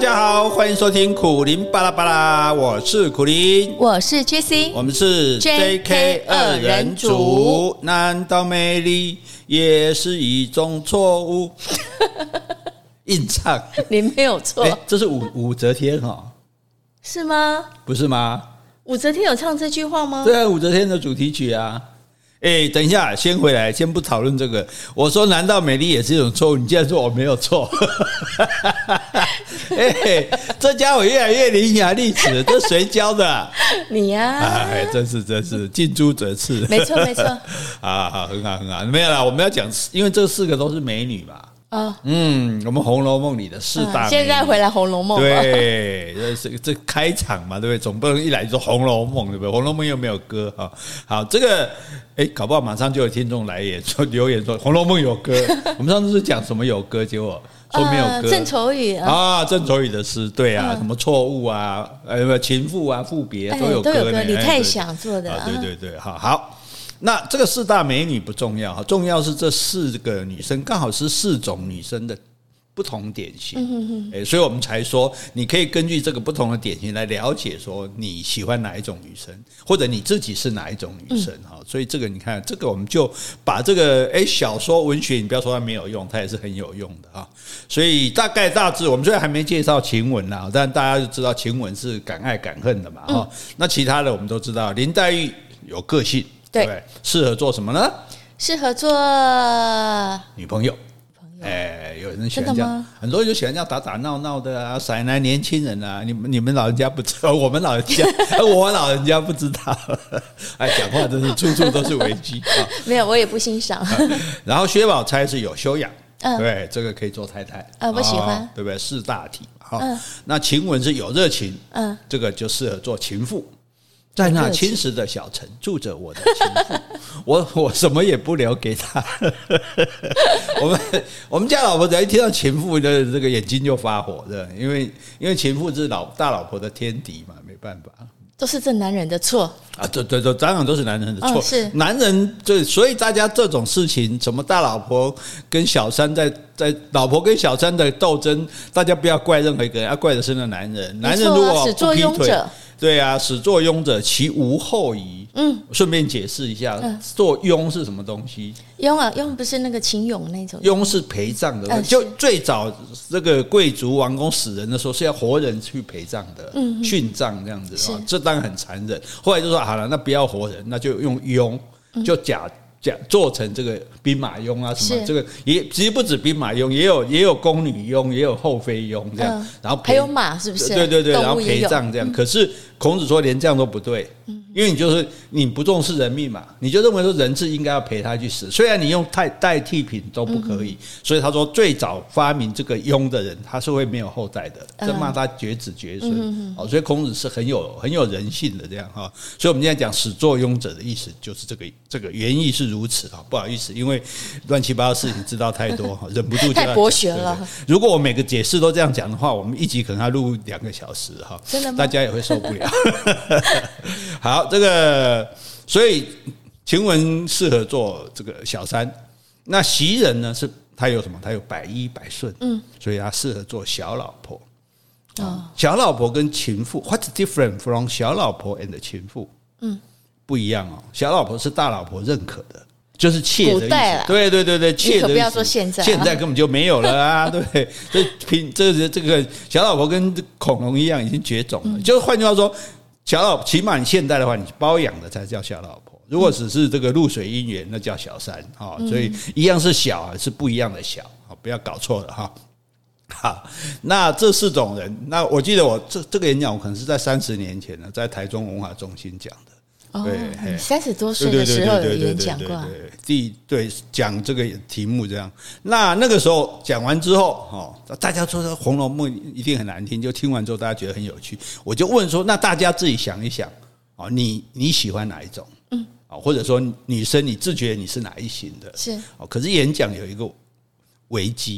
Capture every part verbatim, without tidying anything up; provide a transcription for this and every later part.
家好，欢迎收听苦苓巴拉巴拉，我是苦苓， 我是 Jessie， 我们是 J K 二人组。难道美丽也是一种错误？硬唱， 你没有错， 欸、这是 武, 武则天哈， 是吗？ 不是吗？ 武则天有唱这句话吗？ 对啊，武则天的主题曲啊。哎、欸，等一下，先回来，先不讨论这个。我说，难道美丽也是一种错误？你竟然说我没有错？哎、欸，这家伙越来越伶牙俐齿，这谁教的、啊？ 你呀、啊！ 哎，真是真是近朱者赤。 没错没错。 啊，好，很好很好，没有啦，我们要讲，因为这四个都是美女嘛。 哦、 嗯，我们《红楼梦》里的四大美女、嗯、 现在回来《红楼梦》 对，这这开场嘛，对不对？总不能一来就说《红楼梦》，对不对？《红楼梦》又没有歌哈。好，这个哎，搞不好马上就有听众来也说留言说《红楼梦》有歌。我们上次是讲什么有歌，结果说没有歌。 郑愁予啊，郑愁予的诗，对啊，嗯、什么错误啊，呃，情妇啊，赋别都有歌、欸， 都有歌。李泰祥做的， 啊、对对对，好好。那这个四大美女不重要，重要是这四个女生刚好是四种女生的不同典型，嗯欸、所以我们才说你可以根据这个不同的典型来了解说你喜欢哪一种女生，或者你自己是哪一种女生、嗯、所以这个你看，这个我们就把这个哎、欸、小说文学，你不要说它没有用，它也是很有用的啊。所以大概大致我们虽然还没介绍晴雯啦，但大家就知道晴雯是敢爱敢恨的嘛、嗯、那其他的我们都知道，林黛玉有个性。对，對，适合做什么呢？ 适合做女朋友。哎、欸，有人喜欢这样，很多人就喜欢这样打打闹闹的啊，甩来年轻人啊。你们你们老人家不知道，我们老人家，我老人家不知道。哎，讲话真是处处都是危机啊！ 没有，我也不欣赏。 然后薛宝钗是有修养，嗯、对，这个可以做太太。 呃，我喜欢， 哦、对不对？四大体哈、嗯。那晴雯是有热情，嗯，这个就适合做情妇。在那青石的小城住着我的情妇，我我什么也不留给他。我们我们家老婆只要一听到情妇的这个眼睛就发火的，因为因为情妇是老大老婆的天敌嘛，没办法， 都是这男人的错啊！对对对，当然都是男人的错、哦， 是男人对，所以大家这种事情，什么大老婆跟小三在在老婆跟小三的斗争，大家不要怪任何一个人，要怪的是那男人。男人如果始作俑者。 对啊，始作俑者，其无后矣。嗯，顺便解释一下，嗯、做俑是什么东西？ 俑啊，俑不是那个秦俑那种。 俑是陪葬的，嗯、就最早这个贵族王公死人的时候是要活人去陪葬的，嗯、殉葬这样子、哦、这当然很残忍。后来就说好了，那不要活人，那就用俑，就假。假做成这个兵马俑啊什么，这个也其实不止兵马俑，也有也有宫女俑，也有后妃俑这样，嗯、然后还有马是不是？ 对对对，然后陪葬这样。嗯、可是孔子说连这样都不对，嗯、因为你就是你不重视人命嘛，你就认为说人是应该要陪他去死，虽然你用代代替品都不可以，嗯、所以他说最早发明这个俑的人，他是会没有后代的，这骂他绝子绝孙。嗯嗯、所以孔子是很有很有人性的这样哈。所以我们现在讲始作俑者的意思就是这个这个原意是如此啊，不好意思，因为乱七八糟事情知道太多，忍不住就要太博学了。 对对，如果我每个解释都这样讲的话，我们一集可能要录两个小时哈， 真的吗？ 大家也会受不了。好，这个所以晴雯适合做这个小三，那袭人呢是她有什么？她有百依百顺，嗯，所以她适合做小老婆。哦，小老婆跟情妇 ，What's different from 小老婆 and 情妇？嗯，不一样哦。小老婆是大老婆认可的。就是妾的意思，对对对对，妾的意思。你可不要说现在、啊， 现在根本就没有了啊！对，所以凭这个这个小老婆跟恐龙一样已经绝种了。嗯、就是换句话说，小老起码你现在的话，你包养的才叫小老婆。如果只是这个露水姻缘，那叫小三啊。所以一样是小，是不一样的小，不要搞错了哈。好，那这四种人，那我记得我这这个演讲，我可能是在三十年前呢，在台中文化中心讲的。 哦，三十多岁的时候有演讲过， 对对，讲这个题目这样。那那个时候讲完之后，哦，大家说《红楼梦》一定很难听，就听完之后大家觉得很有趣。我就问说，那大家自己想一想，哦，你你喜欢哪一种？嗯，或者说女生你自觉你是哪一型的？ 是哦， 可是演讲有一个危机，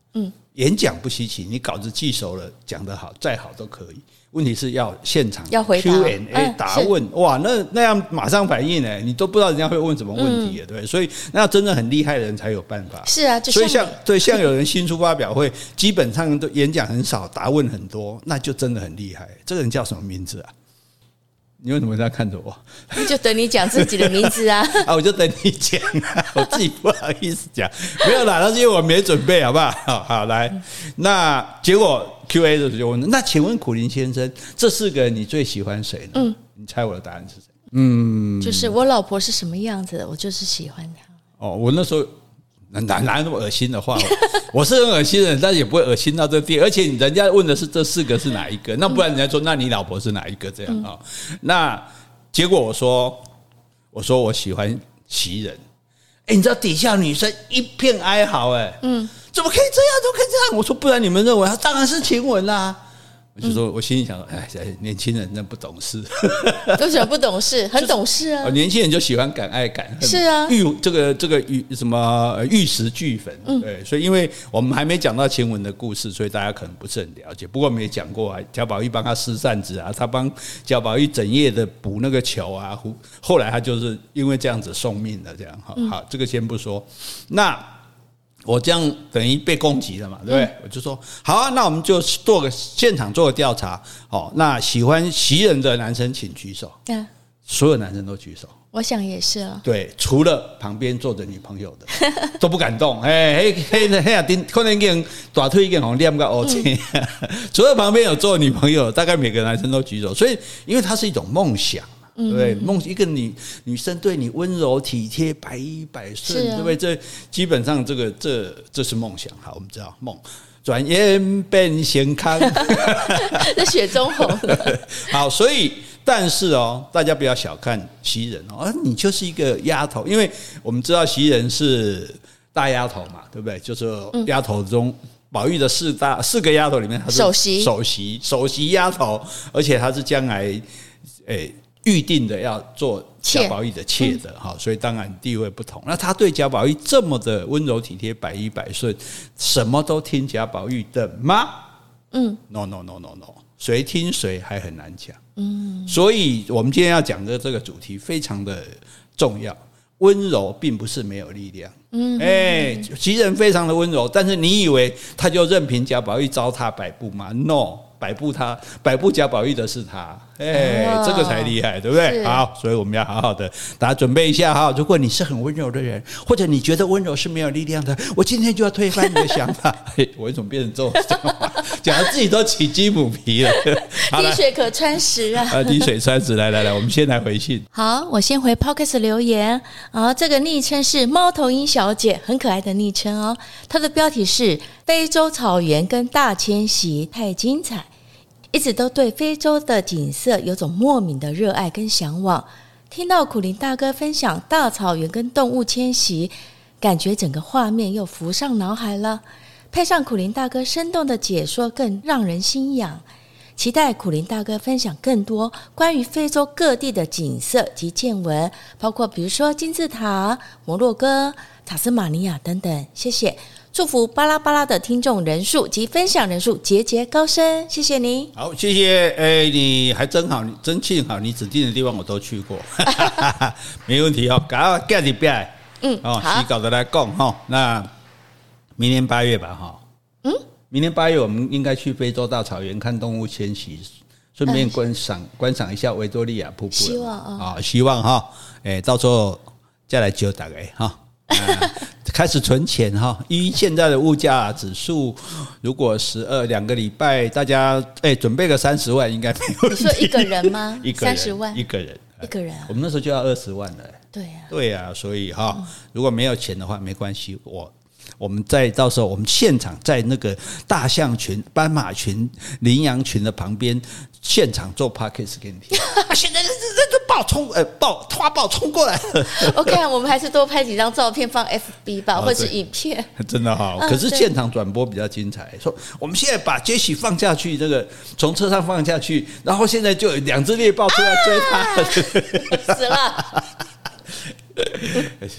嗯，演讲不稀奇，你稿子记熟了，讲得好，再好都可以。问题是要现场要回答 Q and A 答问，嗯、哇，那那样马上反应呢，你都不知道人家会问什么问题、嗯、对不对？所以那要真的很厉害的人才有办法。 是啊，就所以像对像有人新书发表会，基本上都演讲很少，答问很多，那就真的很厉害。这个人叫什么名字啊？你为什么在看着我？ 就等你讲自己的名字啊！ 啊，我就等你讲啊，我自己不好意思讲，没有啦，那是因为我没准备，好不好？好，好来，嗯、那结果 Q A 的时候就问，那请问苦苓先生，这四个人你最喜欢谁呢？嗯，你猜我的答案是谁？嗯， 就是我老婆是什么样子的，我就是喜欢她。 哦，我那时候。哪哪有那么恶心的话？我是很恶心的人，但是也不会恶心到这地。而且人家问的是这四个是哪一个，那不然人家说那你老婆是哪一个这样啊、哦？那结果我说我说我喜欢袭人，哎，你知道底下女生一片哀嚎，哎，嗯，怎么可以这样？怎么可以这样？我说不然你们认为他当然是晴雯啦。我就说，我心里想说，哎，年轻人真不懂事。 为什么不懂事？很懂事啊！ 年轻人就喜欢敢爱敢恨， 是啊， 玉这个这个玉什么玉石俱焚，嗯、对，所以因为我们还没讲到晴雯的故事，所以大家可能不是很了解。不过我们也讲过啊，贾宝玉帮他施扇子啊，他帮贾宝玉整夜的补那个球啊，后来他就是因为这样子送命了，这样哈。好，这个先不说，那。我这样等于被攻击了嘛，对不对？嗯、我就说好啊，那我们就做个现场做个调查。哦，那喜欢袭人的男生请举手。嗯，所有男生都举手。我想也是啊。 对，除了旁边坐着女朋友的都不敢动。哎，嘿嘿嘿啊，可能跟大腿跟红练个 OK。除了旁边有坐女朋友，大概每个男生都举手。所以，因为它是一种梦想。对不对？梦一个女女生对你温柔体贴、百依百顺，对不对？这基本上这个这这是梦想。好，我们知道梦转眼变贤康， 这雪中红了。 好，所以但是哦，大家不要小看袭人哦，你就是一个丫头，因为我们知道袭人是大丫头嘛，对不对？就是丫头中。宝玉的四大四个丫头里面，她是首席首席首席丫头，而且她是将来诶。预定的要做贾宝玉的妾的哈，所以当然地位不同。那他对贾宝玉这么的温柔体贴、百依百顺，什么都听贾宝玉的吗？嗯 ，no no no no no， 谁听谁还很难讲。嗯，所以我们今天要讲的这个主题非常的重要。温柔并不是没有力量。嗯，哎，袭人非常的温柔，但是你以为他就任凭贾宝玉糟蹋摆布吗 ？No。摆布他摆布贾宝玉的是他，哎、哦，这个才厉害，对不对？好，所以我们要好好的，大家准备一下哈。如果你是很温柔的人，或者你觉得温柔是没有力量的，我今天就要推翻你的想法。我为什么变成这种讲法？讲到自己都起鸡母皮了。 滴水可穿石啊！ 啊，滴水穿石，来来来，我们先来回信。 好，我先回 Podcast 留言啊，这个昵称是猫头鹰小姐，很可爱的昵称哦。它的标题是非洲草原跟大迁徙太精彩。一直都对非洲的景色有种莫名的热爱跟向往，听到苦苓大哥分享大草原跟动物迁徙，感觉整个画面又浮上脑海了，配上苦苓大哥生动的解说更让人心痒，期待苦苓大哥分享更多关于非洲各地的景色及见闻，包括比如说金字塔、摩洛哥、塔斯马尼亚等等，谢谢。祝福巴拉巴拉的听众人数及分享人数节节高升，谢谢你。 好，谢谢。哎，你还真好，你真幸好，你指定的地方我都去过，没问题哦。搞get it back，嗯，哦，洗稿的来讲哈。那明年八月吧，哈，嗯，明年八月我们应该去非洲大草原看动物迁徙，顺便观赏观赏一下维多利亚瀑布。 希望啊、 哦，希望哈，哎，到时候再来揪大家哈。啊、开始存钱哈，依现在的物价指数，如果十二两个礼拜，大家哎、欸、准备个三十万应该没有问题。 你说一个人吗？ 一个人， 三十万， 一个人， 一个人、啊。 我们那时候就要二十万了、欸。 对呀、啊， 对呀、啊，所以哈，如果没有钱的话，没关系，我。我们在到时候我们现场在那个大象群、斑马群、羚羊群的旁边现场做 podcast 给你听。啊、现在这这豹冲呃豹花豹冲过来了。 OK， 我们还是多拍几张照片放 F B 吧，哦、或者是影片。 真的好、哦，可是现场转播比较精彩。说我们现在把杰西放下去，这个从车上放下去，然后现在就有两只猎豹出来追他， 啊、死了。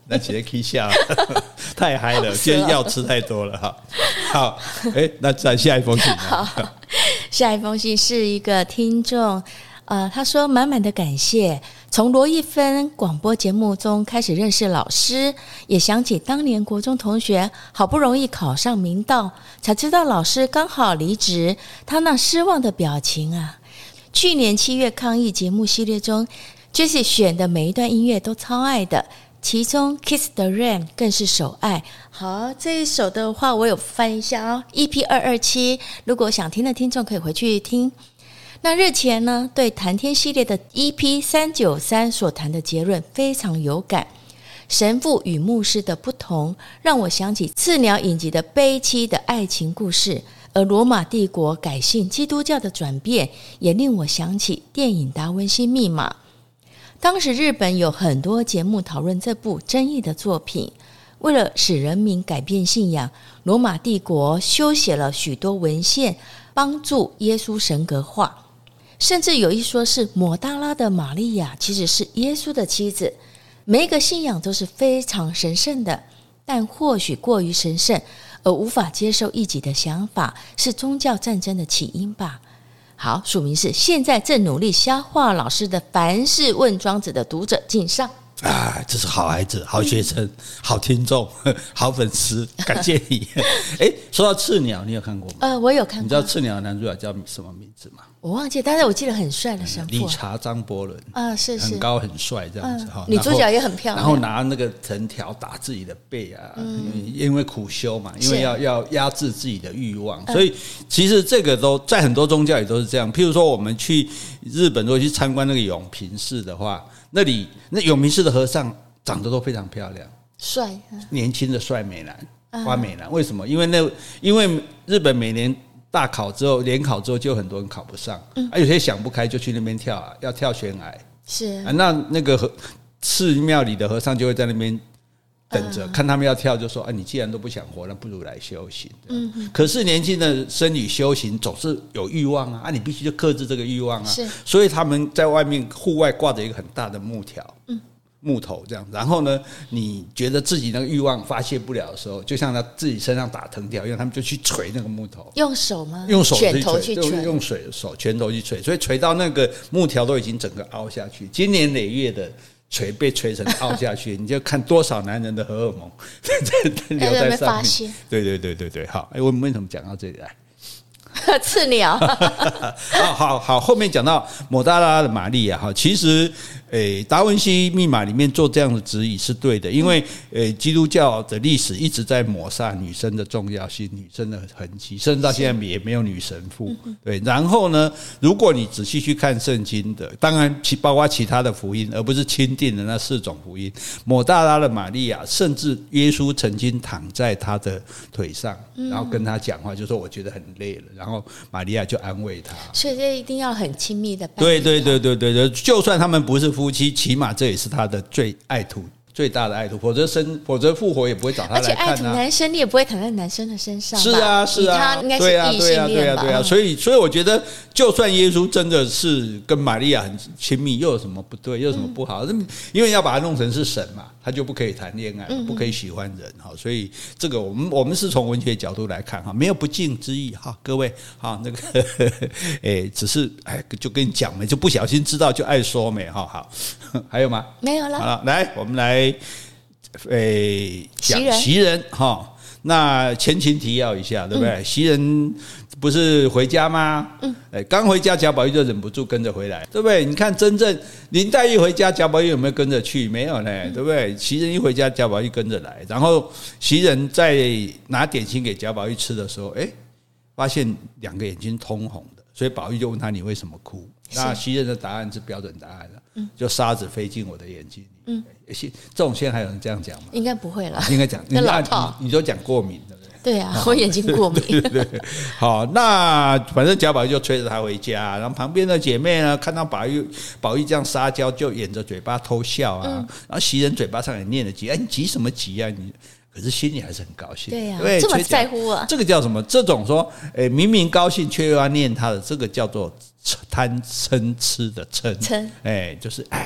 那直接 K 笑太嗨了，今天药吃太多了哈。好，哎，那再下一封信。 好，下一封信是一个听众，呃，他说满满的感谢，从罗一芬广播节目中开始认识老师，也想起当年国中同学好不容易考上明道，才知道老师刚好离职，他那失望的表情啊。去年七月抗疫节目系列中 Jessie 选的每一段音乐都超爱的，其中 Kiss the Rain 更是首爱。好，这一首的话我有翻一下哦 E P 二二七， 如果想听的听众可以回去听。那日前呢，对谈天系列的 E P 三九三所谈的结论非常有感，神父与牧师的不同让我想起刺鸟影集的悲凄的爱情故事，而罗马帝国改信基督教的转变也令我想起电影《达文西密码》。当时日本有很多节目讨论这部争议的作品，为了使人民改变信仰，罗马帝国修写了许多文献，帮助耶稣神格化，甚至有一说是抹大拉的玛利亚其实是耶稣的妻子。每一个信仰都是非常神圣的，但或许过于神圣而无法接受异己的想法，是宗教战争的起因吧。好，署名是现在正努力消化老师的凡是问庄子的读者敬上。 啊，这是好孩子、好学生、好听众、好粉丝，感谢你。哎，说到赤鸟，你有看过吗？ 呃，我有看过。 你知道赤鸟的男主角叫什么名字吗？ 我忘记，但是我记得很帅的神父， 理查张伯伦啊，是是很高很帅这样子哈、 嗯。女主角也很漂亮， 然后拿那个藤条打自己的背啊，嗯、因为苦修嘛，因为要要压制自己的欲望，所以其实这个都在很多宗教也都是这样。譬如说，我们去日本如果去参观那个永平寺的话，那里那永平寺的和尚长得都非常漂亮， 帅、啊， 年轻的帅美男，花美男。为什么？因为那因为日本每年大考之后，联考之后就有很多人考不上，嗯、啊，有些想不开就去那边跳啊，要跳悬崖， 是啊，那那个和寺庙里的和尚就会在那边等着、嗯、看他们要跳，就说啊，你既然都不想活，那不如来修行。嗯，可是年轻的僧侣修行总是有欲望啊，啊，你必须就克制这个欲望啊， 是， 所以他们在外面户外挂着一个很大的木条，嗯。木头这样，然后呢，你觉得自己那个欲望发泄不了的时候，就像他自己身上打藤条一样，他们就去捶那个木头。 用手吗？ 用手拳头去捶， 用用水手拳头去捶，所以捶到那个木条都已经整个凹下去，经年累月的捶被捶成凹下去，你就看多少男人的荷尔蒙留在上面。对对对对对，好，哎，我们为什么讲到这里来？ 刺鸟好好好，后面讲到抹大拉的玛利亚哈，其实诶，达文西密码里面做这样的指引是对的，因为诶，基督教的历史一直在抹杀女生的重要性、女生的痕迹，甚至到现在也没有女神父。对，然后呢，如果你仔细去看圣经的，当然其包括其他的福音，而不是钦定的那四种福音，抹大拉的玛利亚，甚至耶稣曾经躺在他的腿上，然后跟他讲话，就说我觉得很累了，然后玛利亚就安慰他。 所以这一定要很亲密的伴侣。 对对对对对对，就算他们不是夫妻，起码这也是他的最爱徒。最大的爱徒，否则生，否则复活也不会找他来看啊。 而且爱徒男生，你也不会躺在男生的身上吧。 是啊，是啊， 他应该是异性恋吧？ 对啊，对啊，对啊。所以，所以我觉得，就算耶稣真的是跟玛利亚很亲密，又有什么不对？又有什么不好？嗯、因为要把他弄成是神嘛，他就不可以谈恋爱，不可以喜欢人哈。所以，这个我们我们是从文学角度来看哈，没有不敬之意哈，各位哈，那个哎，只是哎，就跟你讲嘛，就不小心知道就爱说没哈。好，还有吗？ 没有了。 好了，来，我们来。诶，讲袭人哈，那前情提要一下，对不对？袭、嗯、人不是回家吗？嗯，诶，刚回家，贾宝玉就忍不住跟着回来，对不对？你看，真正林黛玉回家，贾宝玉有没有跟着去？没有呢，嗯、对不对？袭人一回家，贾宝玉跟着来，然后袭人在拿点心给贾宝玉吃的时候，诶，发现两个眼睛通红的，所以宝玉就问他：“你为什么哭？”那袭人的答案是标准答案了，嗯、就沙子飞进我的眼睛里。嗯，这种现在还有人这样讲吗？ 应该不会了， 应该讲，你老套，你都讲过敏，对不对？ 对啊，我眼睛过敏。 对对对，好，那反正贾宝玉就催着他回家，然后旁边的姐妹呢，看到宝玉宝玉这样撒娇，就掩着嘴巴偷笑啊。嗯、然后袭人嘴巴上也念了急，哎，你急什么急啊？你可是心里还是很高兴。 对呀、啊，这么在乎啊？ 这个叫什么？这种说，哎，明明高兴却又要念他的，这个叫做贪嗔痴的嗔。嗔，哎，就是哎。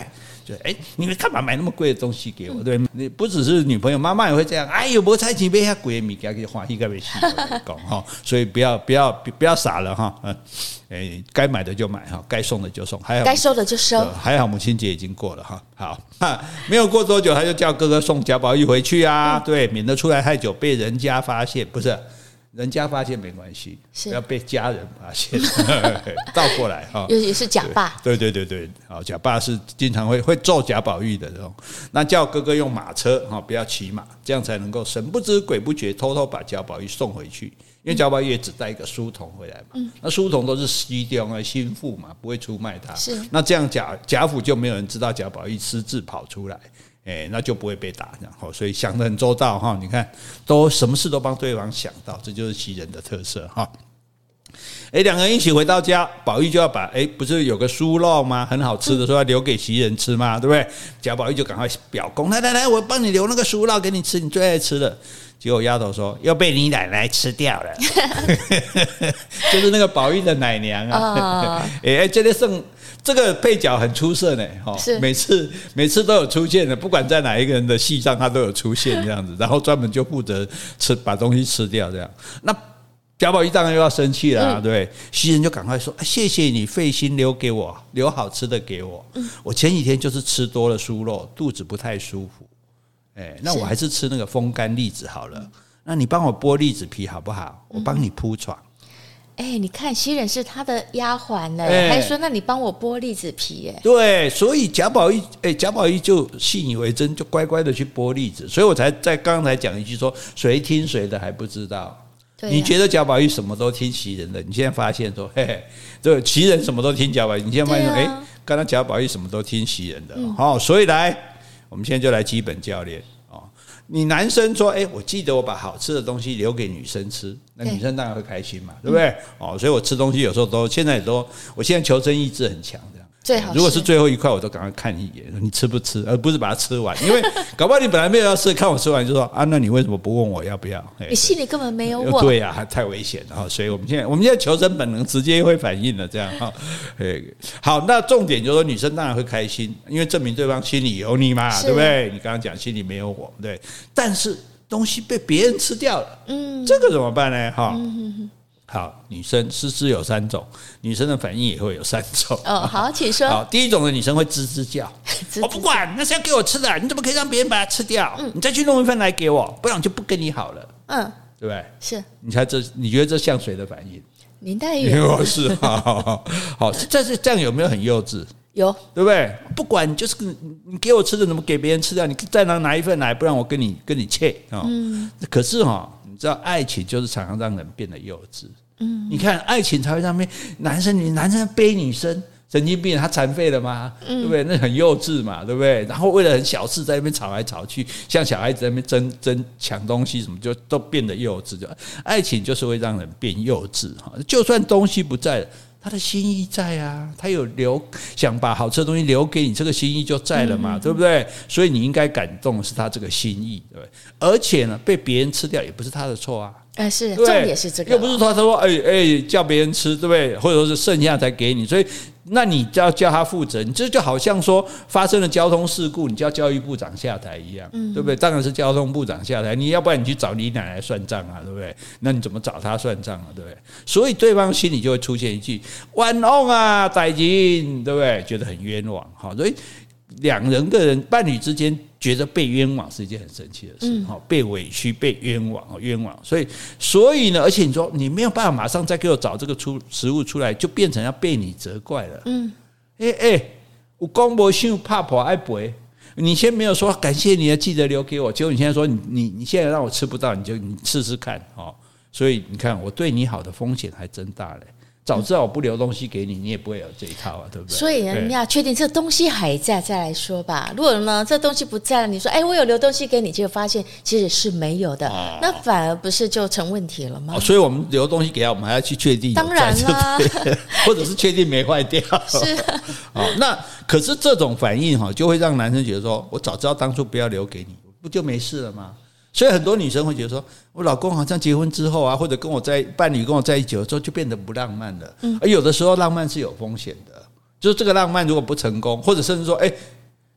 就哎、欸，你们干嘛买那么贵的东西给我？对，你不只是女朋友，妈妈也会这样。哎呦，没才钱买遐贵的物件，给欢喜个没死，我讲哈。所以不要不要不要傻了哈，嗯，哎，该买的就买哈，该送的就送，还好该收的就收， 还好母亲节已经过了哈。好，没有过多久，他就叫哥哥送贾宝玉回去啊，嗯、对，免得出来太久被人家发现，不是。人家发现没关系，不要被家人发现。倒过来哈， 尤其是贾爸， 对对对对，好，贾爸是经常会会揍贾宝玉的这种。那叫哥哥用马车哈，不要骑马，这样才能够神不知鬼不觉偷偷把贾宝玉送回去。因为贾宝玉也只带一个书童回来嘛，嗯、那书童都是西中啊心腹嘛，不会出卖他。 是， 那这样贾贾府就没有人知道贾宝玉私自跑出来。哎，那就不会被打，然后所以想得很周到哈。你看，都什么事都帮对方想到，这就是袭人的特色哈。哎，两个人一起回到家，宝玉就要把哎，不是有个酥肉吗？很好吃的，说要留给袭人吃嘛，对不对？贾宝玉就赶快表功，来来来，我帮你留那个酥肉给你吃，你最爱吃的。结果丫头说又被你奶奶吃掉了，就是那个宝玉的奶娘啊。哎、哦，这个剩这个配角很出色呢，哈，每次每次都有出现的，不管在哪一个人的戏上，他都有出现这样子，然后专门就负责吃把东西吃掉这样。那贾宝玉当然又要生气了、啊，嗯、对，袭人就赶快说、啊：“谢谢你费心留给我，留好吃的给我。嗯、我前几天就是吃多了酥肉，肚子不太舒服。”哎，那我还是吃那个风干栗子好了。那你帮我剥栗子皮好不好？我帮你铺床。 哎，你看袭人是他的丫鬟呢，还说那你帮我剥栗子皮。哎， 对，所以贾宝玉，哎，贾宝玉就信以为真，就乖乖的去剥栗子。所以我才在刚才讲一句说，谁听谁的还不知道。对啊、你觉得贾宝玉什么都听袭人的，你现在发现说，嘿嘿，这袭人什么都听贾宝玉，你现在发现，哎、啊，刚刚贾宝玉什么都听袭人的。好、嗯，所以来。我们现在就来基本教练哦。你男生说，哎，我记得我把好吃的东西留给女生吃，那女生当然会开心嘛，对不对？哦，所以我吃东西有时候都现在也都，我现在求生意志很强，这样。 最好是如果是最后一块，我都赶快看一眼，你吃不吃，而不是把它吃完。因为搞不好你本来没有要吃，看我吃完就说啊，那你为什么不问我要不要？ 你心里根本没有我。 对呀、啊，太危险了哈。所以我们现在我们现在求生本能直接会反应了，这样哈。好，那重点就是说，女生当然会开心，因为证明对方心里有你嘛，对不对？你刚刚讲心里没有我，对。但是东西被别人吃掉了，嗯，这个怎么办呢？哈。嗯好，女生失之有三种，女生的反应也会有三种。 哦，好，请说。 好，第一种的女生会吱吱叫， 吱吱我不管，那是要给我吃的，你怎么可以让别人把它吃掉？嗯、你再去弄一份来给我，不然我就不跟你好了。嗯，对不对？ 是。你猜这，你觉得这像谁的反应？ 林黛玉。 是，好，好，这是这样有没有很幼稚？ 有， 对不对？不管，就是你给我吃的，怎么给别人吃掉？你再拿拿一份来，不然我跟你跟你切啊。嗯。可是哈。你知道爱情就是常常让人变得幼稚，嗯，你看爱情才会让男生女男生背女生，神经病，他残废了吗？嗯、对不对？那很幼稚嘛，对不对？然后为了很小事在那边吵来吵去，像小孩子在那边争争抢东西什么，就都变得幼稚。就爱情就是会让人变幼稚哈，就算东西不在了。他的心意在啊，他有留想把好吃的东西留给你，这个心意就在了嘛，嗯、对不对？所以你应该感动的是他这个心意，对不对？而且呢，被别人吃掉也不是他的错啊， 哎，是重点是这个、哦， 又不是他说哎哎叫别人吃，对不对？或者说是剩下才给你，所以那你就要叫他负责，你这就好像说发生了交通事故，你叫教育部长下台一样，嗯、对不对？当然是交通部长下台，你要不然你去找你奶奶算账啊，对不对？那你怎么找他算账啊，对不对？所以对方心里就会出现一句冤枉啊，歹人，对不对？觉得很冤枉，好，所以两人个人伴侣之间觉得被冤枉是一件很生气的事，嗯、被委屈、被冤枉、冤枉，所以所以呢，而且你说你没有办法马上再给我找这个出食物出来，就变成要被你责怪了。嗯，哎哎，有公无想怕婆爱赔，你先没有说感谢你的，记得留给我，结果你现在说你你你现在让我吃不到，你就你试试看哦。所以你看我对你好的风险还真大嘞。早知道我不留东西给你，你也不会有这一套啊，对不对？ 所以你要确定这东西还在再来说吧。如果呢这东西不在了，你说哎我有留东西给你，结果发现其实是没有的，哦、那反而不是就成问题了吗？ 哦、所以我们留东西给他，我们还要去确定有在， 当然啦， 或者是确定没坏掉。 是、啊哦，那可是这种反应哈，就会让男生觉得说，我早知道当初不要留给你，不就没事了吗？所以很多女生会觉得说，我老公好像结婚之后啊，或者跟我在伴侣跟我在一起之后，就变得不浪漫了。嗯，而有的时候浪漫是有风险的，就是这个浪漫如果不成功，或者甚至说，哎，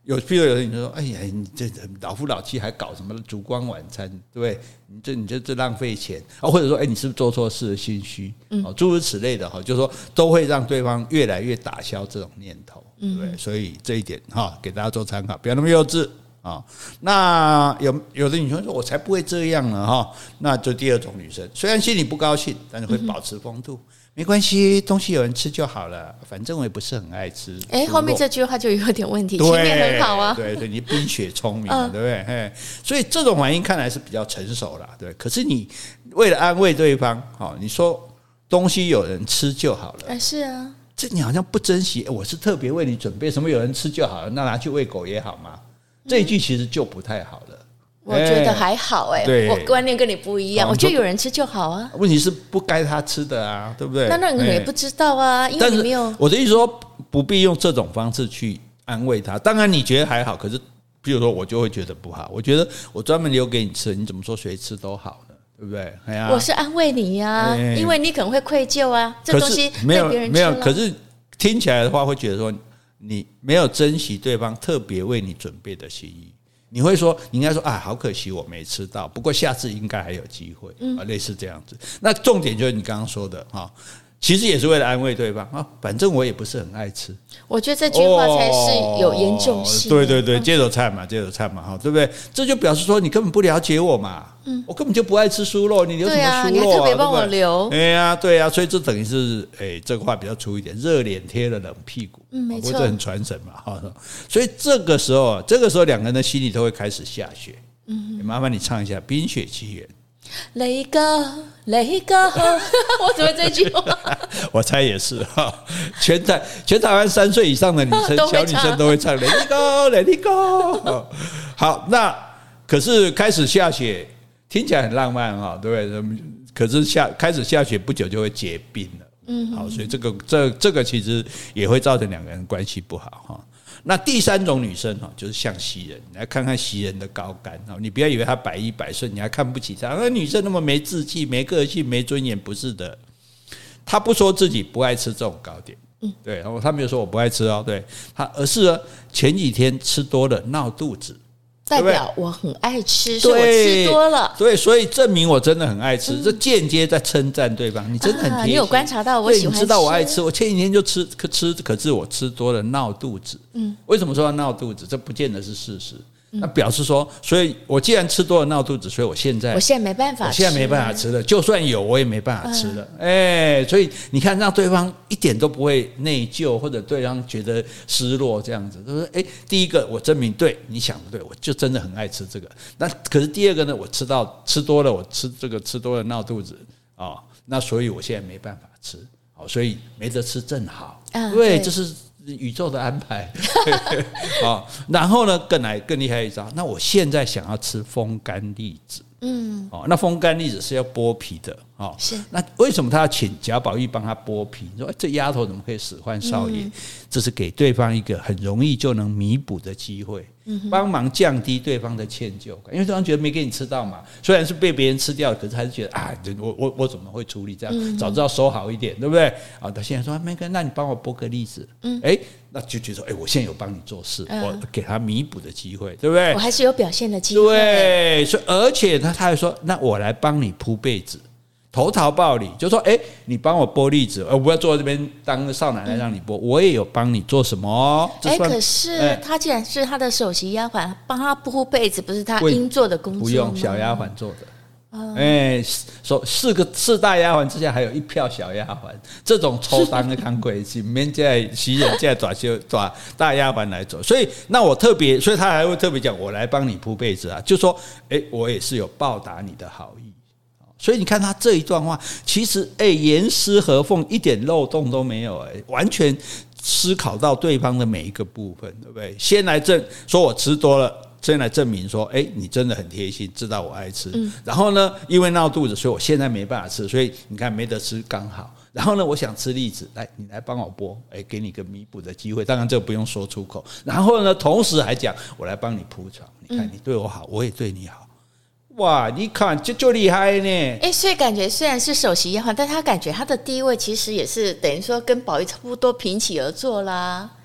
有，譬如有人说：“哎呀，你这老夫老妻还搞什么烛光晚餐，对不对？你这你这这浪费钱啊！”或者说：“哎，你是不是做错事了，心虚？”嗯，诸如此类的哈，就是说都会让对方越来越打消这种念头，对不对？所以这一点哈，给大家做参考，不要那么幼稚啊。那有有的女生说：“我才不会这样呢！”哈，那就第二种女生，虽然心里不高兴，但是会保持风度。没关系，东西有人吃就好了，反正我也不是很爱吃。 哎，后面这句话就有点问题，前面很好啊。 对对，你冰雪聪明嘛，对不对？所以这种反应看来是比较成熟啦，对。可是你为了安慰对方，好，你说东西有人吃就好了， 哎，是啊， 这你好像不珍惜。我是特别为你准备什么，有人吃就好了，那拿去喂狗也好嘛。这一句其实就不太好了。 我觉得还好哎、欸，我观念跟你不一样，我觉得有人吃就好啊。 问题是不该他吃的啊，对不对？ 那那个人也不知道啊，因为你没有。 我的意思说，不必用这种方式去安慰他。当然你觉得还好，可是比如说我就会觉得不好。我觉得我专门留给你吃，你怎么说谁吃都好呢？对不对？哎呀， 我是安慰你呀、啊，因为你可能会愧疚啊，这东西被别人吃了。 没有，可是听起来的话，会觉得说你没有珍惜对方特别为你准备的心意。你会说，你应该说啊，好可惜我没吃到，不过下次应该还有机会，嗯、啊，类似这样子。那重点就是你刚刚说的哈，其实也是为了安慰对方啊，反正我也不是很爱吃。 我觉得这句话才是有严重性、 哦。对对对，接着菜嘛，接着菜嘛，哈，对不对？这就表示说你根本不了解我嘛，嗯，我根本就不爱吃酥肉，你留什么酥肉啊？ 你还特别帮我留。 哎呀，对呀、啊，所以这等于是，哎，这个话比较粗一点，热脸贴了冷屁股， 嗯，没错， 这很传神嘛，哈。所以这个时候，这个时候两个人的心里都会开始下雪。嗯，麻烦你唱一下《冰雪奇缘》。 Let it go, Let it go 我怎么这句话？ 我猜也是哈，全台全台湾三岁以上的女生，小女生都会唱 Let it go, Let it go。好，那可是开始下雪，听起来很浪漫哈，对不对？可是下开始下雪不久就会结冰了，嗯，好，所以这个这这个其实也会造成两个人关系不好哈。那第三种女生就是像袭人，你来看看袭人的高干，你不要以为她百依百顺，你还看不起她。那女生那么没志气、没个性、没尊严，不是的。她不说自己不爱吃这种糕点，对，然后她没有说我不爱吃哦，对，她而是呢前几天吃多了闹肚子。 代表我很爱吃，所以我吃多了， 对，所以证明我真的很爱吃，嗯、这间接在称赞对方，你真的很贴心、啊。 你有观察到我喜欢吃， 你知道我爱吃，我前几天就吃可吃，可是我吃多了闹肚子。嗯，为什么说要闹肚子？这不见得是事实。那表示说，所以我既然吃多了闹肚子，所以我现在我现在没办法吃， 我现在没办法吃了，就算有我也没办法吃了。哎、嗯欸，所以你看，让对方一点都不会内疚，或者对方觉得失落这样子，就是哎、欸，第一个我证明对你想的对，我就真的很爱吃这个。那可是第二个呢，我吃到吃多了，我吃这个吃多了闹肚子啊、哦，那所以我现在没办法吃，好，所以没得吃正好，嗯、对，这是。宇宙的安排啊，然后呢，更来更厉害一招。那我现在想要吃风干栗子，嗯，哦，那风干栗子是要剥皮的，哦，是。那为什么他要请贾宝玉帮他剥皮？你说、欸、这丫头怎么可以使唤少爷？嗯、这是给对方一个很容易就能弥补的机会，帮、嗯、忙降低对方的歉疚感，因为对方觉得没给你吃到嘛，虽然是被别人吃掉，可是还是觉得啊，我我我怎么会处理这样？嗯、早知道收好一点，对不对？啊，他现在说没跟，那你帮我剥个栗子，嗯，哎、欸，那就觉得哎、欸，我现在有帮你做事，嗯、我给他弥补的机会，对不对？ 我还是有表现的机会， 对，所以而且他他还说，那我来帮你铺被子。投桃报李，就说哎、欸，你帮我剥栗子，我不要坐在这边当个少奶奶让你剥，嗯、我也有帮你做什么？ 哎、欸，可是他既然是他的首席丫鬟，帮他铺被子，不是他应做的工作吗？ 不用小丫鬟做的。哎，说四个四大丫鬟之下还有一票小丫鬟，这种抽单的看贵气，免在袭人在抓些抓大丫鬟来做，所以那我特别，所以他还会特别讲，我来帮你铺被子啊，就说哎、欸，我也是有报答你的好意。所以你看他这一段话，其实哎，严丝合缝，一点漏洞都没有，哎，完全思考到对方的每一个部分，对不对？先来证说我吃多了，先来证明说，哎，你真的很贴心，知道我爱吃。嗯、然后呢，因为闹肚子，所以我现在没办法吃，所以你看没得吃刚好。然后呢，我想吃栗子，来你来帮我剥，哎，给你个弥补的机会。当然这个不用说出口。然后呢，同时还讲我来帮你铺床，你看你对我好，我也对你好。哇，你看这就厉害呢！哎、 欸，所以感觉虽然是首席丫鬟，但他感觉他的地位其实也是等于说跟宝玉差不多平起而坐啦。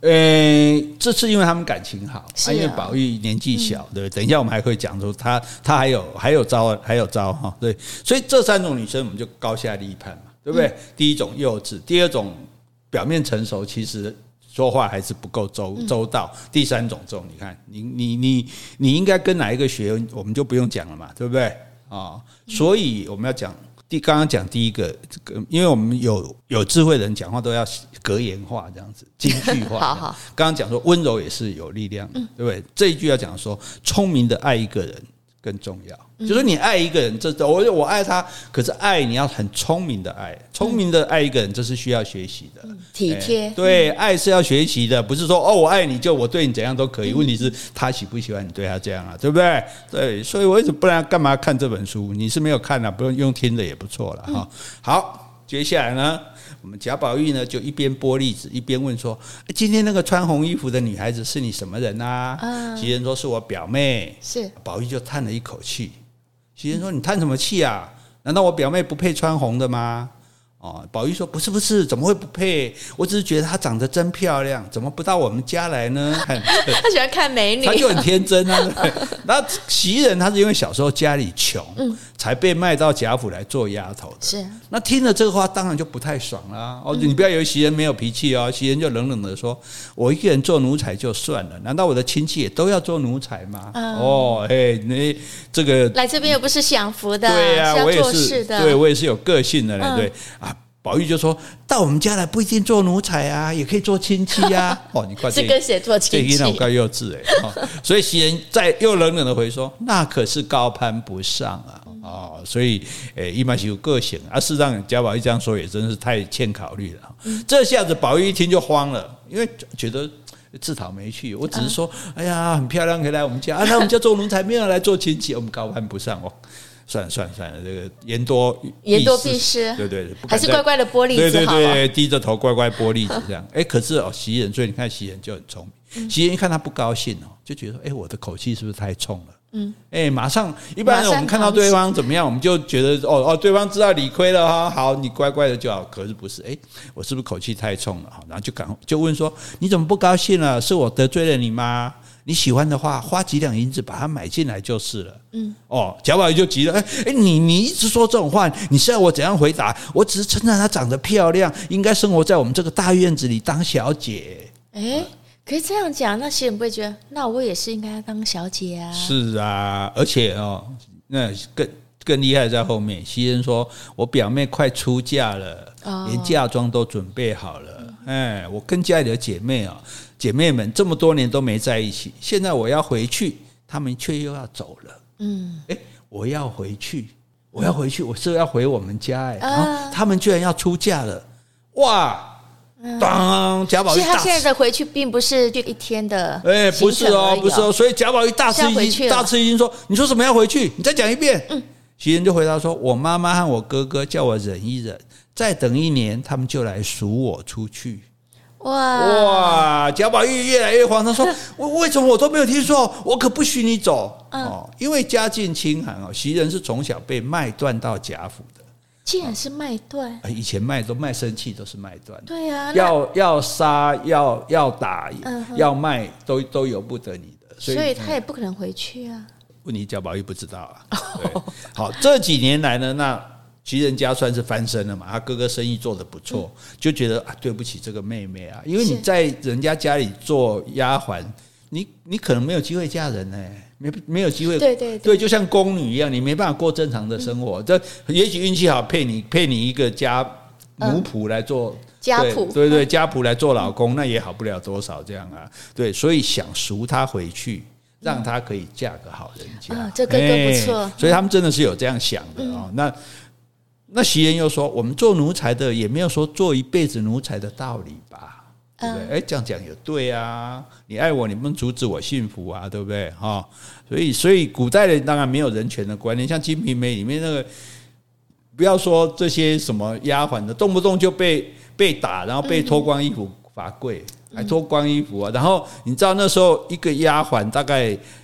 呃，这次因为他们感情好， 是啊因为宝玉年纪小，对，等一下我们还会讲说他他还有还有招还有招哈，对，所以这三种女生我们就高下立判嘛，对不对？嗯、第一种幼稚，第二种表面成熟，其实说话还是不够周周到，嗯、第三种这种，你看你你你你应该跟哪一个学，我们就不用讲了嘛，对不对啊、哦？所以我们要讲。第刚刚讲第一个，这个因为我们有有智慧的人讲话都要格言化这样子，金句化。好好，刚刚讲说温柔也是有力量，嗯、对不对？这一句要讲说，聪明的爱一个人更重要。嗯、就是你爱一个人，这我我爱他，可是爱你要很聪明的爱，聪明的爱一个人，这是需要学习的，嗯、 体贴。 欸、对，嗯、爱是要学习的，不是说哦我爱你就我对你怎样都可以。嗯、问题是他喜不喜欢你对他这样啊，对不对？对，所以我一直不然干嘛看这本书？你是没有看啊，不用用听的也不错了哈。嗯、好，接下来呢？我们贾宝玉呢，就一边剥栗子，一边问说：“今天那个穿红衣服的女孩子是你什么人啊？”嗯、袭人说：“是我表妹。”是宝玉就叹了一口气。袭人说：“你叹什么气啊？难道我表妹不配穿红的吗？”哦，宝玉说：“不是不是，怎么会不配？我只是觉得她长得真漂亮，怎么不到我们家来呢？” 他喜欢看美女， 他就很天真啊。然后袭人他是因为小时候家里穷，嗯、才被卖到贾府来做丫头的。是，那听了这个话，当然就不太爽啦。哦，你不要以为袭人没有脾气哦，袭人就冷冷的说：“我一个人做奴才就算了，难道我的亲戚也都要做奴才吗？”嗯、哦，嘿，你这个来这边又不是享福的， 对呀、啊，我也是， 对我也是有个性的嘞，嗯、对啊。宝玉就说到我们家来不一定做奴才啊，也可以做亲戚啊。哦，你快是跟谁做亲戚？ 这我怪幼稚哎、哦。所以袭人再又冷冷的回说：“那可是高攀不上啊。”哦，所以诶，一般是有个性啊。事实上，贾宝玉这样说也真是太欠考虑了。嗯、这下子宝玉一听就慌了，因为觉得自讨没趣。我只是说，嗯、哎呀，很漂亮，可以来我们家啊，来我们家做奴才，没有来做亲戚，我们高攀不上哦。算了算了算了，这个言多言多必失， 对对， 还是乖乖的剥栗子好了。 对对对，低着头乖乖剥栗子这样。哎，可是哦，袭人，所以你看袭人就很聪明。袭人一看他不高兴哦，就觉得哎，我的口气是不是太冲了？嗯，哎，马上一般人我们看到对方怎么样，我们就觉得哦哦，对方知道理亏了哈，好，你乖乖的就好。可是不是，哎，我是不是口气太冲了？然后就赶就问说，你怎么不高兴了？是我得罪了你吗？你喜欢的话，花几两银子把它买进来就是了。嗯，哦，贾宝玉就急了，哎哎，你你一直说这种话，你是要我怎样回答？我只是称赞她长得漂亮，应该生活在我们这个大院子里当小姐。 哎，可是这样讲，那袭人不会觉得，那我也是应该当小姐啊？ 是啊，而且哦，那更更厉害在后面。袭人说，我表妹快出嫁了，哦、连嫁妆都准备好了。嗯、哎，我跟家里的姐妹啊、哦。姐妹们这么多年都没在一起，现在我要回去，她们却又要走了。嗯，哎，我要回去，我要回去，我是要回我们家哎，然后她们居然要出嫁了，哇！当贾宝玉， 所以他现在的回去并不是就一天的， 哎，不是哦，不是哦，所以贾宝玉大吃一惊，大吃一惊说：“你说什么要回去？你再讲一遍。”嗯，袭人就回答说：“我妈妈和我哥哥叫我忍一忍，再等一年，他们就来赎我出去。”哇哇！贾宝玉越来越慌张，说：“我为什么我都没有听说？我可不许你走、嗯、哦！因为家境清寒哦，袭人是从小被卖断到贾府的。 竟然是卖断、 哦！以前卖都卖生气都是卖断的， 对啊， 要要杀要要打、嗯、要卖都都由不得你的， 所以所以他也不可能回去啊。 问题贾宝玉不知道啊。对好，这几年来呢，那。袭人家算是翻身了嘛，他哥哥生意做得不错，嗯、就觉得啊，对不起这个妹妹啊，因为你在人家家里做丫鬟，你你可能没有机会嫁人呢、欸，没没有机会， 对对 对, 对，就像宫女一样，你没办法过正常的生活。这、嗯、也许运气好，配你配你一个家奴仆来做、嗯、 家仆， 对 对, 对，家仆来做老公，嗯、那也好不了多少这样啊。对，所以想赎她回去。让她可以嫁个好人家， 啊、这哥哥不错、欸， 所以他们真的是有这样想的哦。嗯、那那袭人又说，我们做奴才的也没有说做一辈子奴才的道理吧，对不对？哎、嗯，这样讲也对啊，你爱我，你不能阻止我幸福啊，对不对？哈，所以所以古代人当然没有人权的观念，像《金瓶梅》里面那个，不要说这些什么丫鬟的，动不动就被被打，然后被脱光衣服罚跪。还脱光衣服啊！然后你知道那时候一个丫鬟大概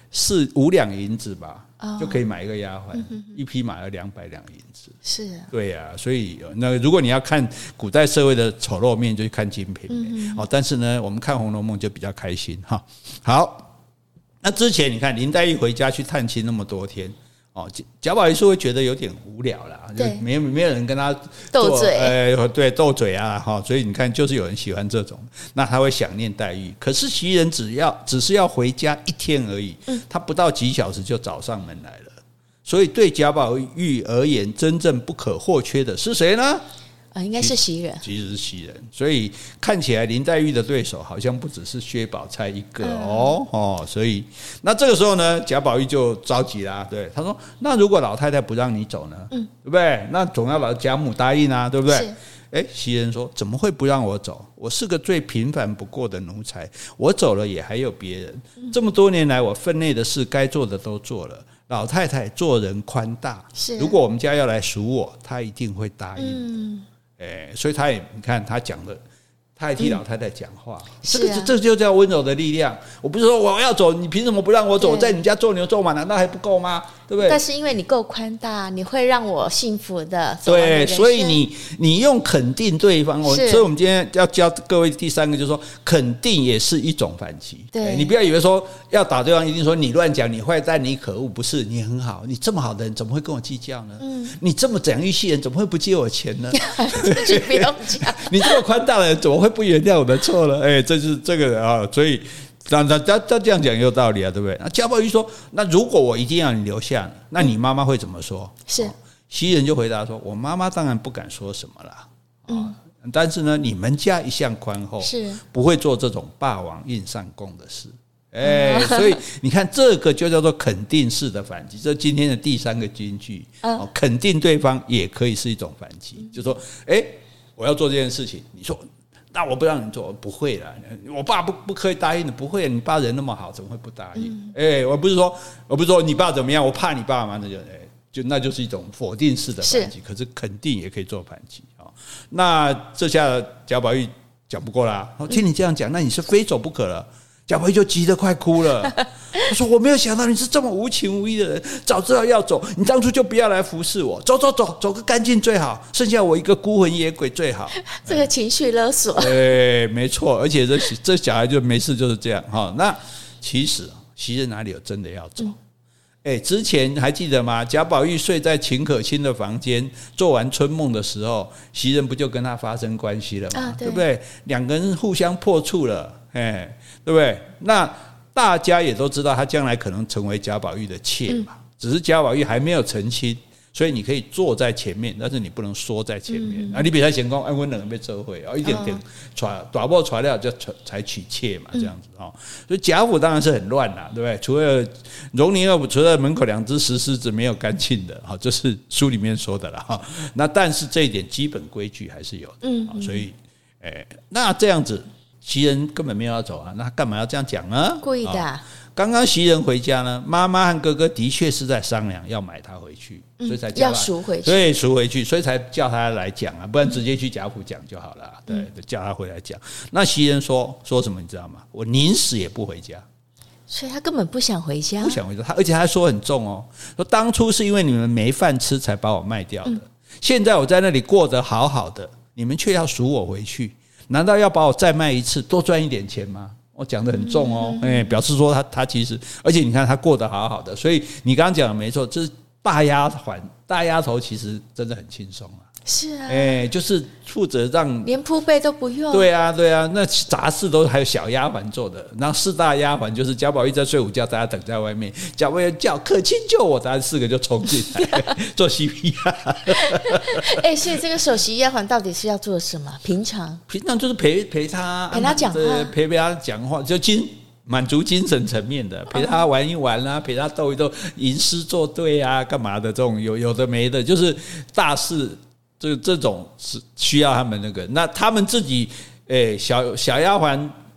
四五两银子吧。 哦、 就可以买一个丫鬟，嗯、一匹马要两百两银子。 是、啊， 对呀、啊，所以那如果你要看古代社会的丑陋面，就去看《金瓶梅》嗯。哦，但是呢，我们看《红楼梦》就比较开心哈。好，那之前你看林黛玉回家去探亲那么多天。哦，贾宝玉是会觉得有点无聊啦，就没有没有人跟他斗嘴， 呃，对，斗嘴啊，哈，所以你看，就是有人喜欢这种，那他会想念黛玉。可是袭人只要只是要回家一天而已，嗯、他不到几小时就找上门来了，所以对贾宝玉而言，真正不可或缺的是谁呢？ 啊，应该是袭人， 其实是袭人，所以看起来林黛玉的对手好像不只是薛宝钗一个哦、嗯、哦，所以那这个时候呢，贾宝玉就着急啦，对，他说：“那如果老太太不让你走呢？嗯，对不对？那总要老贾母答应啊，对不对？”哎，袭人说：“怎么会不让我走？我是个最平凡不过的奴才，我走了也还有别人。嗯、这么多年来，我分内的事该做的都做了。老太太做人宽大，是如果我们家要来赎我，她一定会答应。嗯”哎，所以他也你看他讲的，他也替老太太讲话，嗯、这个、啊、这就叫温柔的力量。我不是说我要走，你凭什么不让我走？我在你家做牛做马，难道还不够吗？对不对？ 但是因为你够宽大，你会让我幸福的。 对，所以你你用肯定对方，我所以我们今天要教各位第三个，就是说肯定也是一种反击。对，你不要以为说要打对方，一定说你乱讲，你坏蛋，你可恶，不是，你很好，你这么好的人怎么会跟我计较呢？嗯，你这么讲义气人怎么会不借我钱呢？ 这句不用讲， 你这么宽大的人怎么会不原谅我的错呢？哎，这是这个啊，所以。那那他他这样讲也有道理啊，对不对？那贾宝玉说：“那如果我一定要你留下，那你妈妈会怎么说？” 是， 哦、袭人就回答说：“我妈妈当然不敢说什么啦，嗯，但是呢，你们家一向宽厚，是不会做这种霸王硬上弓的事。”哎，所以你看，这个就叫做肯定式的反击。这今天的第三个金句，哦，肯定对方也可以是一种反击，就说：“哎，我要做这件事情，你说。”那我不让你做，不会啦。我爸不不可以答应的，不会。你爸人那么好，怎么会不答应？哎、嗯欸，我不是说，我不是说你爸怎么样，我怕你爸嘛，那就哎、欸，就那就是一种否定式的反击。可是肯定也可以做反击啊。那这下贾宝玉讲不过啦，听你这样讲，那你是非走不可了。贾宝玉就急得快哭了，他说：“我没有想到你是这么无情无义的人，早知道要走，你当初就不要来服侍我，走走走，走个干净最好，剩下我一个孤魂野鬼最好。” 这个情绪勒索， 对，没错，而且这这小孩就没事就是这样哈。那其实袭人哪里有真的要走？哎、嗯，之前还记得吗？贾宝玉睡在秦可卿的房间，做完春梦的时候，袭人不就跟他发生关系了吗？啊、对, 对不对？两个人互相破处了，哎。对不对？那大家也都知道，他将来可能成为贾宝玉的妾嘛。嗯、只是贾宝玉还没有成亲，所以你可以坐在前面，但是你不能缩在前面。嗯、啊，你比他贤公，哎，我两个被遮会，哦，一点点传打破传料就才娶妾嘛，这样子哦。所以贾府当然是很乱啦，对不对？除了荣宁二府，除了门口两只石狮子没有干净的，哈，这是书里面说的啦。哈，那但是这一点基本规矩还是有的。嗯，所以，哎，那这样子。袭人根本没有要走啊，那干嘛要这样讲呢？ 故意的、啊。 刚刚袭人回家呢，妈妈和哥哥的确是在商量要买她回去，嗯、所以才叫要赎回去， 对，赎回去，所以才叫她来讲啊，不然直接去贾府讲就好了。对，嗯、叫她回来讲。那袭人说说什么你知道吗？我宁死也不回家。 所以他根本不想回家， 不想回家。而且他说很重哦，说当初是因为你们没饭吃才把我卖掉的，嗯、现在我在那里过得好好的，你们却要赎我回去。难道要把我再卖一次，多赚一点钱吗？我讲得很重哦，哎、嗯，表示说他他其实，而且你看他过得好好的，所以你刚刚讲的没错，这是大丫鬟大丫头，其实真的很轻松啊。 是啊， 哎，就是负责让连铺被都不用。对啊，对啊，那杂事都还有小丫鬟做的，然后四大丫鬟就是贾宝玉在睡午觉，大家等在外面，贾宝玉叫可卿救我，大家四个就冲进来做 C P R。 哎，所以这个首席丫鬟到底是要做什么？平常平常就是陪陪他， 陪他讲话， 陪陪他讲话，就精满足精神层面的，陪他玩一玩啊，陪他斗一斗，吟诗作对啊，干嘛的这种有有的没的，就是大事。这这种是需要他们那个，那他们自己，诶、欸，小小丫鬟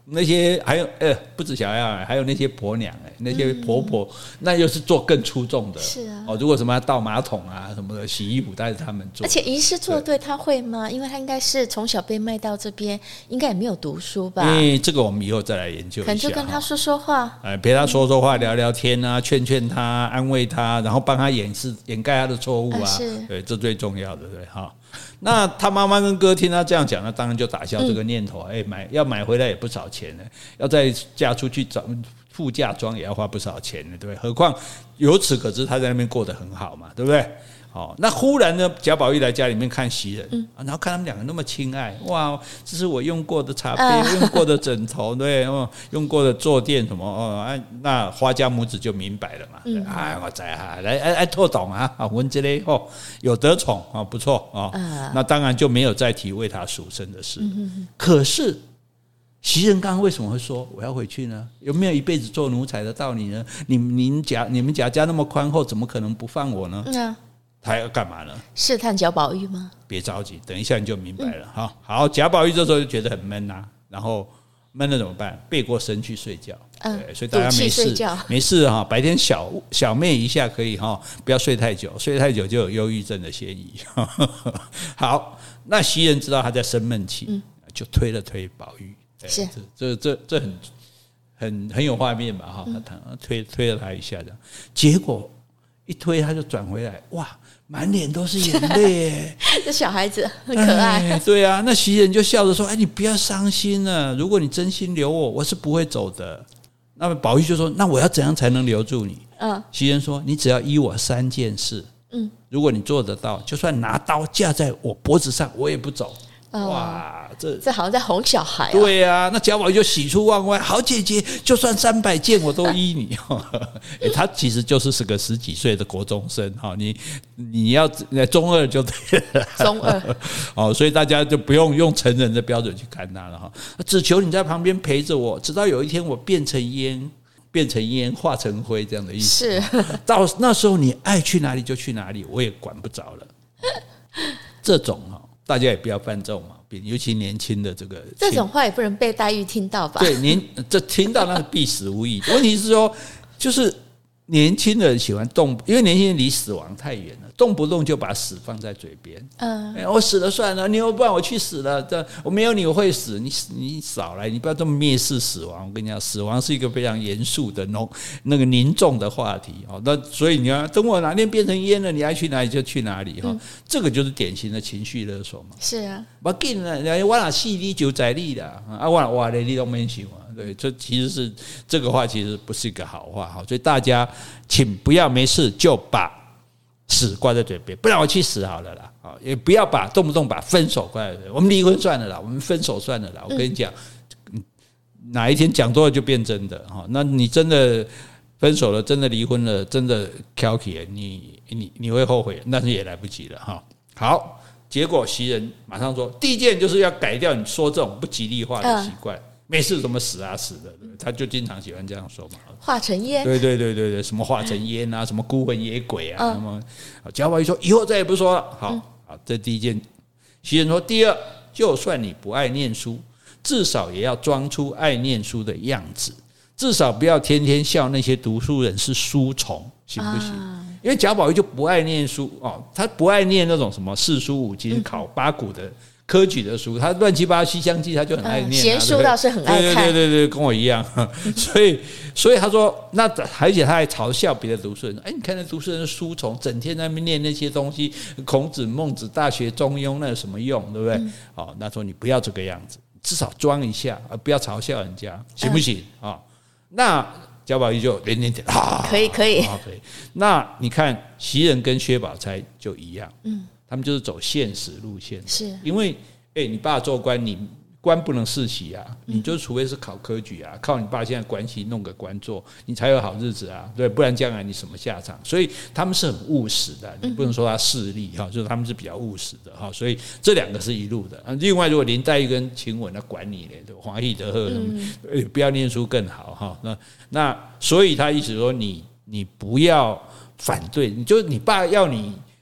那些还有呃，不止小丫，还有那些婆娘哎，那些婆婆，嗯、那又是做更出众的。 是啊， 哦，如果什么倒马桶啊什么的，洗衣服，但是他们做。 而且仪式做对，他会吗？因为他应该是从小被卖到这边，应该也没有读书吧？ 因为这个我们以后再来研究一下。 可能就跟他说说话， 哎，陪他说说话，聊聊天啊，劝劝他，安慰他，然后帮他掩饰掩盖他的错误啊。 是， 对，这最重要的，对哈。那他妈妈跟哥听他这样讲，那当然就打消这个念头。哎、嗯，买要买回来也不少钱呢，要再嫁出去找副嫁妆也要花不少钱呢，对不对？何况由此可知他在那边过得很好嘛，对不对？哦，那忽然呢，贾宝玉来家里面看袭人，嗯、然后看他们两个那么亲爱，哇，这是我用过的茶杯，啊、用过的枕头，对，哦，用过的坐垫什么，哦，那花家母子就明白了嘛，嗯、哎，我知啊，来，哎哎，透懂啊，啊，文这类哦，有得宠啊，不错啊，哦，那当然就没有再提为他赎身的事，嗯、可是。袭人刚刚为什么会说我要回去呢？有没有一辈子做奴才的道理呢？你您贾你们贾家那么宽厚，怎么可能不放我呢？嗯、他要干嘛呢？试探贾宝玉吗？ 别着急，等一下你就明白了哈、嗯。好，贾宝玉这时候就觉得很闷啊，然后闷了怎么办？背过身去睡觉。嗯，对，所以大家没事没事哈，白天小小寐一下可以哈，不要睡太久，睡太久就有忧郁症的嫌疑。好，那袭人知道他在生闷气，嗯、就推了推宝玉。 是， 这这这很很很有画面吧？哈、嗯，他推推了他一下，这样，结果一推他就转回来，哇，满脸都是眼泪耶！ 这小孩子很可爱。 哎、对啊，那袭人就笑着说：“哎，你不要伤心了，如果你真心留我，我是不会走的。”那么宝玉就说：“那我要怎样才能留住你？”嗯，袭人说：“你只要依我三件事，嗯，如果你做得到，就算拿刀架在我脖子上，我也不走。”哇，这这好像在哄小孩、啊。 对啊，那贾宝玉就喜出望外，好姐姐，就算三百件我都依你。欸、他其实就是是个十几岁的国中生哈，你你要中二就对了， 中二哦，所以大家就不用用成人的标准去看他了哈。只求你在旁边陪着我，直到有一天我变成烟，变成烟化成灰这样的意思。 是， 到那时候你爱去哪里就去哪里，我也管不着了。这种哈。大家也不要犯这种毛病，尤其年轻的这个， 这种话也不能被黛玉听到吧？ 对，年这听到那是必死无疑。问题是说，就是年轻人喜欢动，因为年轻人离死亡太远了，动不动就把死放在嘴边。嗯、欸，我死了算了，你又不然我去死了，这我没有你我会死，你你少来，你不要这么蔑视死亡。我跟你讲，死亡是一个非常严肃的、浓那个凝重的话题哦。那所以你要等我哪天变成烟了，你爱去哪里就去哪里哈。嗯、这个就是典型的情绪勒索嘛。 是啊， 不紧啦，我哪死你就在你啦，啊，我哪活咧你都免想啊。对，这其实是这个话，其实不是一个好话哈，所以大家请不要没事就把死挂在嘴边，不然我去死好了啦，也不要把动不动把分手挂在嘴边，我们离婚算了啦，我们分手算了啦。我跟你讲，嗯、哪一天讲多了就变真的哈，那你真的分手了，真的离婚了，真的挑起了，你你你会后悔，但是也来不及了哈。好，结果袭人马上说，第一件就是要改掉你说这种不吉利话的习惯。嗯没事，怎么死啊死的，他就经常喜欢这样说嘛。 化成烟， 对对对对对，什么化成烟啊，什么孤魂野鬼啊，什么。贾宝玉说以后再也不说了。好，好，这第一件。袭人说，第二，就算你不爱念书，至少也要装出爱念书的样子，至少不要天天笑那些读书人是书虫，行不行？啊、因为贾宝玉就不爱念书哦，他不爱念那种什么四书五经、考八股的。科举的书，他乱七八糟《西厢记》，他就很爱念、啊。 闲、嗯、书倒是很爱看， 对对对对，跟我一样。所以，所以他说，那而且他还嘲笑别的读书人，哎，你看那读书人的书虫，整天在那边念那些东西，孔子、孟子、大学、中庸，那有什么用，对不对？嗯、哦，那说你不要这个样子，至少装一下，而不要嘲笑人家，行不行啊、嗯哦？那贾宝玉就连连点啊， 可以可以、 哦、可以。那你看袭人跟薛宝钗就一样，嗯。他们就是走现实路线， 是因为哎、欸，你爸做官，你官不能世袭啊，你就除非是考科举啊，靠你爸现在关系弄个官做，你才有好日子啊，对，不然将来你什么下场？所以他们是很务实的，你不能说他势利哈，就是他们是比较务实的哈，所以这两个是一路的。另外，如果林黛玉跟晴雯，那管你嘞，对，黄奕德赫，嗯、不要念书更好哈。那那所以他意思说你，你你不要反对，你就你爸要你。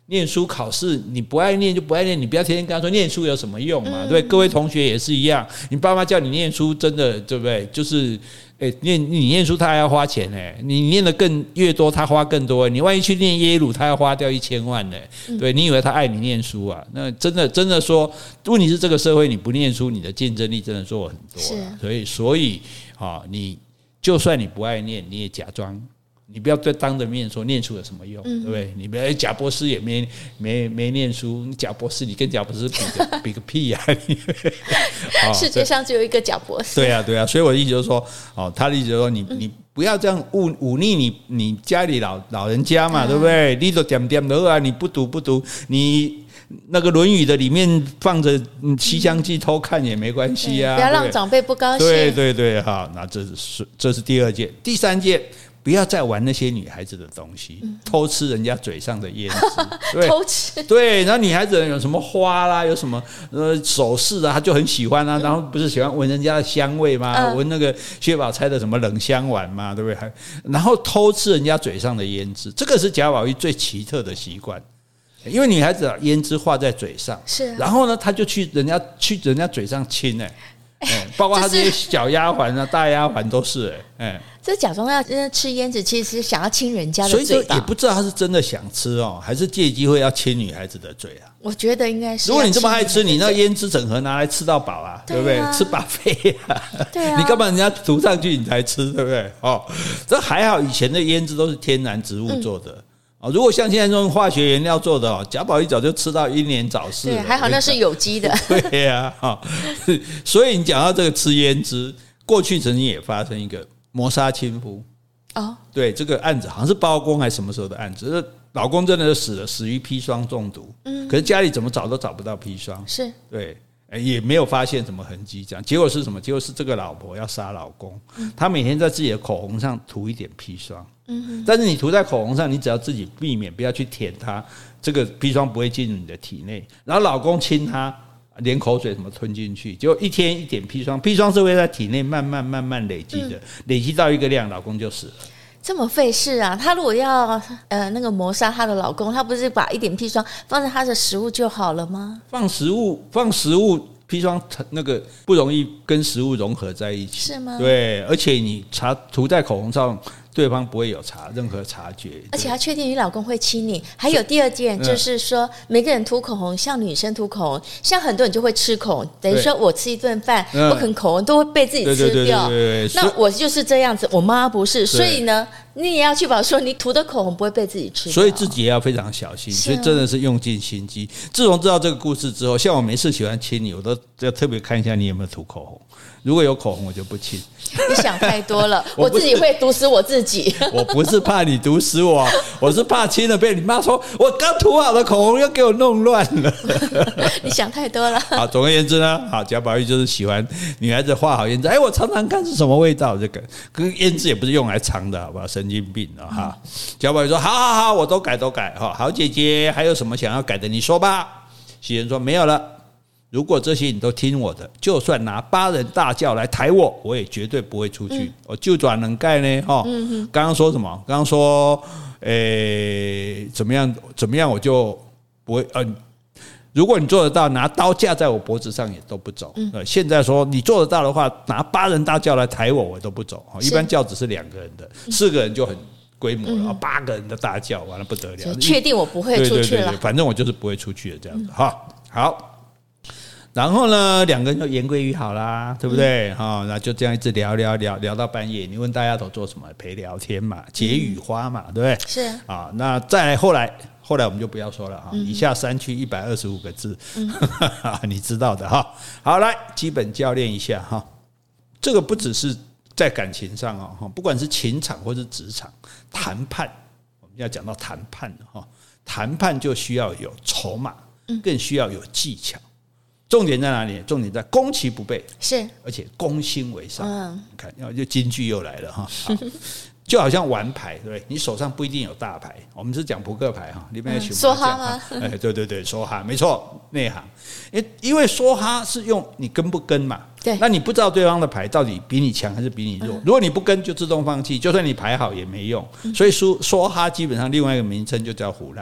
念书考试，你不爱念就不爱念，你不要天天跟他说念书有什么用嘛，嗯、对不对？各位同学也是一样，你爸妈叫你念书，真的对不对？就是，哎，念你念书他还要花钱哎，你念的更越多，他花更多。你万一去念耶鲁，他要花掉一千万呢，嗯、对，你以为他爱你念书啊？那真的真的说，问题是这个社会你不念书，你的竞争力真的弱很多了。所以所以啊，你就算你不爱念，你也假装。你不要对当着面说念书有什么用，嗯、对不对？你不要贾博士也没没没念书，贾博士你跟贾博士比个比个屁呀、啊！ 世界上只有一个贾博士。 对啊，对啊，所以我的意思就是说，哦，他的意思就是说你，你你不要这样忤忤逆你你家里老老人家嘛，嗯、对不对？你都点点的啊，你不读不读，你那个《论语》的里面放着《西厢记》偷看也没关系啊， 不要让长辈不高兴。 对对对，哈，那这是这是第二件，第三件。不要再玩那些女孩子的东西，嗯、偷吃人家嘴上的胭脂， 偷吃对，然后女孩子有什么花啦，有什么呃首饰啊，她就很喜欢啊，然后不是喜欢闻人家的香味吗？闻、嗯、那个薛宝钗的什么冷香丸嘛，对不对？然后偷吃人家嘴上的胭脂，这个是贾宝玉最奇特的习惯。因为女孩子把胭脂画在嘴上， 是、啊， 然后呢，她就去人家去人家嘴上亲哎、欸。欸、包括他这些小丫鬟啊、大丫鬟都是哎、欸， 这假装要吃胭脂，其实是想要亲人家的嘴巴， 所以也不知道他是真的想吃哦，还是借机会要亲女孩子的嘴啊？ 我觉得应该是。 如果你这么爱吃，你那胭脂整盒拿来吃到饱啊，对不对？吃buffet啊， 对啊， 你干嘛人家涂上去你才吃，对不对？哦，这还好，以前的胭脂都是天然植物做的。嗯哦，如果像现在这种化学原料做的哦，贾宝玉早就吃到英年早逝了。 对，还好那是有机的。 对呀、啊，哈，所以你讲到这个吃胭脂，过去曾经也发生一个谋杀亲夫。哦，对，这个案子好像是包公还是什么时候的案子？老公真的死了，死于砒霜中毒。嗯，可是家里怎么找都找不到砒霜。 是， 对。也没有发现什么痕迹，这样结果是什么？结果是这个老婆要杀老公，嗯、她每天在自己的口红上涂一点砒霜，嗯、但是你涂在口红上，你只要自己避免不要去舔它，这个砒霜不会进入你的体内。然后老公亲她，连口水什么吞进去，结果一天一点砒霜，砒霜是会在体内慢慢慢慢累积的，嗯、累积到一个量，老公就死了。 这么费事啊！她如果要呃那个谋杀她的老公，她不是把一点砒霜放在她的食物就好了吗？ 放食物，放食物，砒霜那个不容易跟食物融合在一起， 是吗？ 对，而且你擦涂在口红上，对方不会有察任何察觉， 而且她确定你老公会亲你。还有第二件就是说，嗯、每个人涂口红，像女生涂口红，像很多人就会吃口红，等于说我吃一顿饭，嗯、我可能口红都会被自己吃掉。对对对对对，那我就是这样子，我妈不是，所以呢。你也要确保说你涂的口红不会被自己吃掉， 所以自己也要非常小心，所以真的是用尽心机。自从知道这个故事之后，像我每次喜欢亲你，我都要特别看一下你有没有涂口红。如果有口红，我就不亲。 你想太多了，我, 我自己会毒死我自己。 我不是怕你毒死我，我是怕亲了被你妈说我刚涂好的口红又给我弄乱了。 你想太多了。 好，总而言之呢，好，贾宝玉就是喜欢女孩子画好胭脂，哎，我尝尝看是什么味道。这个跟胭脂也不是用来尝的，好不好？神经病啊！哈，贾宝玉说：“好好好，我都改都改。哈，好姐姐，还有什么想要改的？你说吧。”袭人说：“没有了。如果这些你都听我的，就算拿八人大轿来抬我，我也绝对不会出去。嗯、我就转能盖呢。哈，嗯、刚刚说什么？刚刚说，诶、欸，怎么样？怎么样？我就不会。嗯、呃，如果你做得到，拿刀架在我脖子上也都不走。嗯、呃，现在说你做得到的话，拿八人大轿来抬我，我都不走。一般轿子是两个人的，四个人就很。”规模了，八个人的大轿，完了不得了！ 确定我不会出去了，对对对对， 反正我就是不会出去的这样子哈、嗯。好，然后呢，两个人就言归于好啦，对不对？哈、嗯，那就这样一直聊聊聊聊到半夜。你问大家都做什么？陪聊天嘛，解语花嘛，对不对？ 是啊。那再来后来，后来我们就不要说了哈。以下删去一百二十五个字，嗯、你知道的哈。好，来基本教练一下哈。这个不只是。在感情上哦，不管是情场或是职场谈判，我们要讲到谈判哈，谈判就需要有筹码，更需要有技巧。重点在哪里？重点在攻其不备，是而且攻心为上。嗯，你看，要就金句又来了哈。就好像玩牌，对不对？你手上不一定有大牌，我们是讲扑克牌哈，里面有许梭哈吗？ 哎，对对对，梭哈，没错，内行。因因为梭哈是用你跟不跟嘛，对，那你不知道对方的牌到底比你强还是比你弱，嗯、如果你不跟，就自动放弃，就算你牌好也没用。嗯、所以说梭哈基本上另外一个名称就叫唬烂。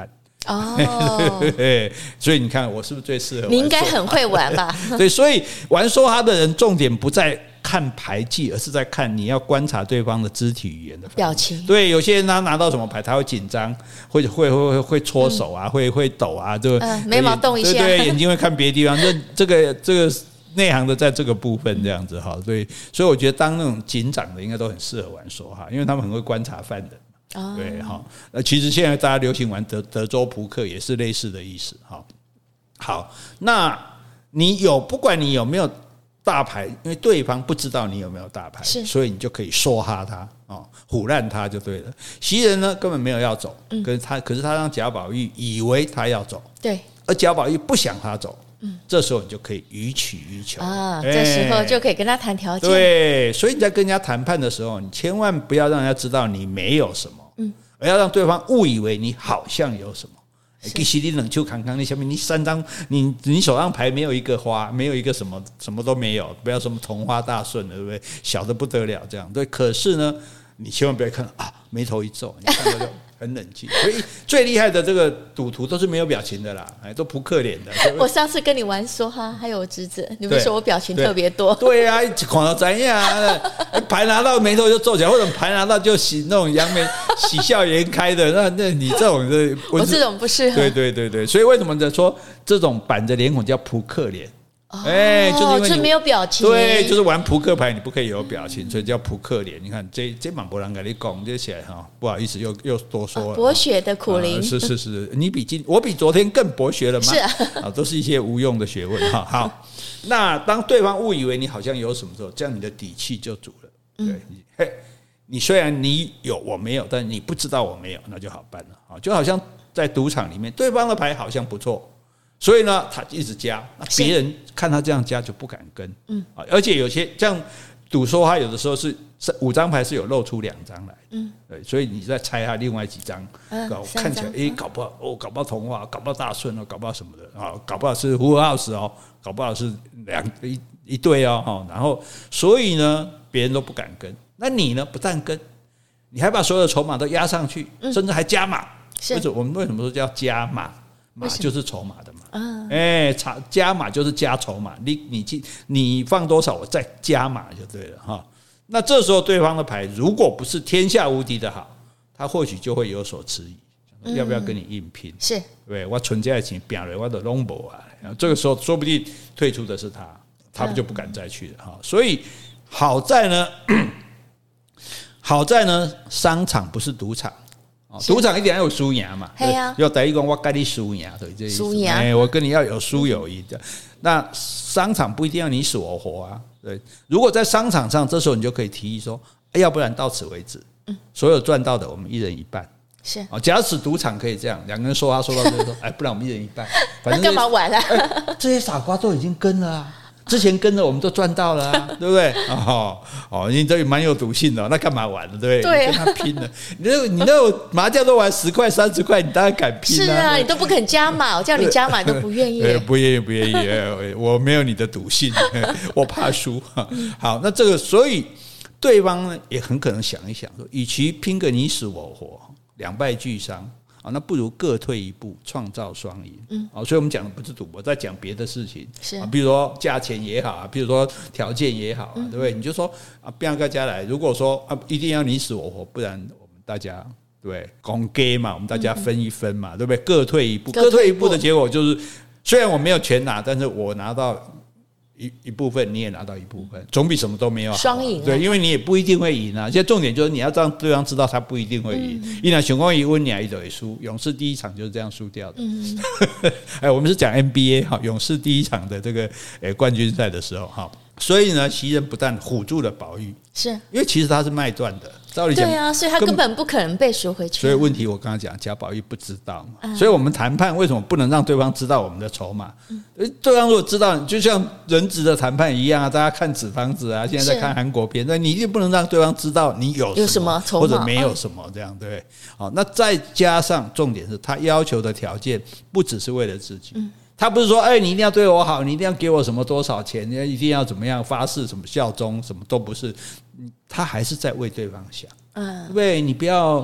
哦， 对，所以你看我是不是最适合玩？ 你应该很会玩吧？ 对，所以玩梭哈的人重点不在看牌技，而是在看你要观察对方的肢体语言的表情。 对，有些人他拿到什么牌，他会紧张，会会会会搓手啊，嗯、会会抖啊，就、 呃、眉毛动一下， 对对，眼睛会看别的地方。这这个这个内行的在这个部分这样子哈，对，所以我觉得当那种警长的应该都很适合玩梭哈，因为他们很会观察犯人。哦、对哈，那其实现在大家流行玩德德州扑克也是类似的意思哈。好，那你有不管你有没有大牌，因为对方不知道你有没有大牌，所以你就可以梭哈他哦，唬烂他就对了。袭人呢根本没有要走，嗯、可是他可是他让贾宝玉以为他要走， 对， 而贾宝玉不想他走。嗯、这时候你就可以予取予求啊，这时候就可以跟他谈条件。 对，所以你在跟人家谈判的时候，你千万不要让人家知道你没有什么，嗯、而要让对方误以为你好像有什么。其实你冷秋康康，你下面你三张，你你手上牌没有一个花，没有一个什么什么都没有，不要什么同花大顺，对不对？小的不得了，这样对。可是呢，你千万不要看啊，眉头一皱，你看到就很冷静。所以最厉害的这个赌徒都是没有表情的啦，哎，都扑克脸的。 我上次跟你玩梭哈，还有我侄子，你们说我表情特别多。 对啊，看到怎样？牌拿到眉头就皱起来，或者牌拿到就喜那种扬眉喜笑颜开的，那那你这种的， 我这种不适合。 对对对对，所以为什么在说这种板着脸孔叫扑克脸？哎、哦， 就是因为你没有表情。 对，就是玩扑克牌，你不可以有表情，所以叫扑克脸。你看这这蛮不让跟你讲，这起来哈，不好意思，又又多说了。 博学的苦苓、 啊，是是是，你比今我比昨天更博学了吗？ 是啊， 啊，都是一些无用的学问哈。好，那当对方误以为你好像有什么时候，这样你的底气就足了。对，嗯、嘿，你虽然你有我没有，但是你不知道我没有，那就好办了啊。就好像在赌场里面，对方的牌好像不错。所以呢，他一直加，那别人看他这样加就不敢跟，嗯，而且有些像赌梭哈，有的时候是五张牌是有露出两张来，嗯，对，所以你再猜他另外几张，嗯、看起来诶，搞不好哦，搞不好同花，搞不好大顺哦，搞不好什么的啊，搞不好是full house哦，搞不好是两一一对哦，然后所以呢，别人都不敢跟，那你呢，不但跟，你还把所有的筹码都压上去，嗯、甚至还加码，或者我们为什么说叫加码？码就是筹码的嘛，哎、欸，加码就是加筹码，你你你放多少，我再加码就对了哈。那这时候对方的牌如果不是天下无敌的好，他或许就会有所迟疑，嗯、要不要跟你硬拼？ 是， 对，我存在钱变了，我的拢无啊。这个时候说不定退出的是他，他就不敢再去了哈。所以好在呢，好在呢，商场不是赌场。赌场一定要有输赢嘛， 啊、 要等于讲我跟你输赢，对这意思。哎，我跟你要有输有赢的。那商场不一定要你死我活啊，对。如果在商场上，这时候你就可以提议说，哎、要不然到此为止，嗯、所有赚到的我们一人一半。 是啊，假使赌场可以这样，两个人说话说到最后说，哎，不然我们一人一半。反正那干嘛玩啊、 哎？这些傻瓜都已经跟了啊。之前跟着我们都赚到了、啊，对不对？哦哦，你这蛮有赌性的，那干嘛玩的，对不对？ 对、啊， 你跟他拼了，你那你那麻将都玩十块、三十块，你当然敢拼啊！ 是啊，你都不肯加码，我叫你加码你都不愿意， 不愿意，不愿意，我没有你的赌性，我怕输。好，那这个，所以对方呢也很可能想一想说，与其拼个你死我活，两败俱伤。那不如各退一步，创造双赢。嗯，所以我们讲的不是赌博，在讲别的事情， 是， 比如说价钱也好啊，比如说条件也好啊，嗯、对不对？你就说啊，不要大家来。如果说啊，一定要你死我活，不然我们大家对不对公给嘛，我们大家分一分嘛，嗯、对不对？各退一步，各退一步的结果就是，虽然我没有全拿，但是我拿到。一一部分你也拿到一部分，总比什么都没有好。 双赢、啊， 对，因为你也不一定会赢啊。现在重点就是你要让对方知道他不一定会赢。一拿雄光一温，你还一直会输。勇士第一场就是这样输掉的。嗯，哎，我们是讲 N B A 哈，勇士第一场的这个诶冠军赛的时候哈，所以呢，袭人不但唬住了宝玉， 是因为其实他是卖断的。道理讲， 对啊，所以他根本不可能被赎回去。 所以问题我刚刚讲，贾宝玉不知道嘛，嗯、所以我们谈判为什么不能让对方知道我们的筹码？嗯、对方如果知道，就像人质的谈判一样啊，大家看纸房子啊，现在在看韩国片，那你一定不能让对方知道你有什么， 有什么筹码或者没有什么，这样对不对？好，那再加上重点是他要求的条件不只是为了自己。嗯，他不是说，哎，你一定要对我好，你一定要给我什么多少钱，你一定要怎么样发誓什么效忠，什么都不是，他还是在为对方想。嗯，对，你不要，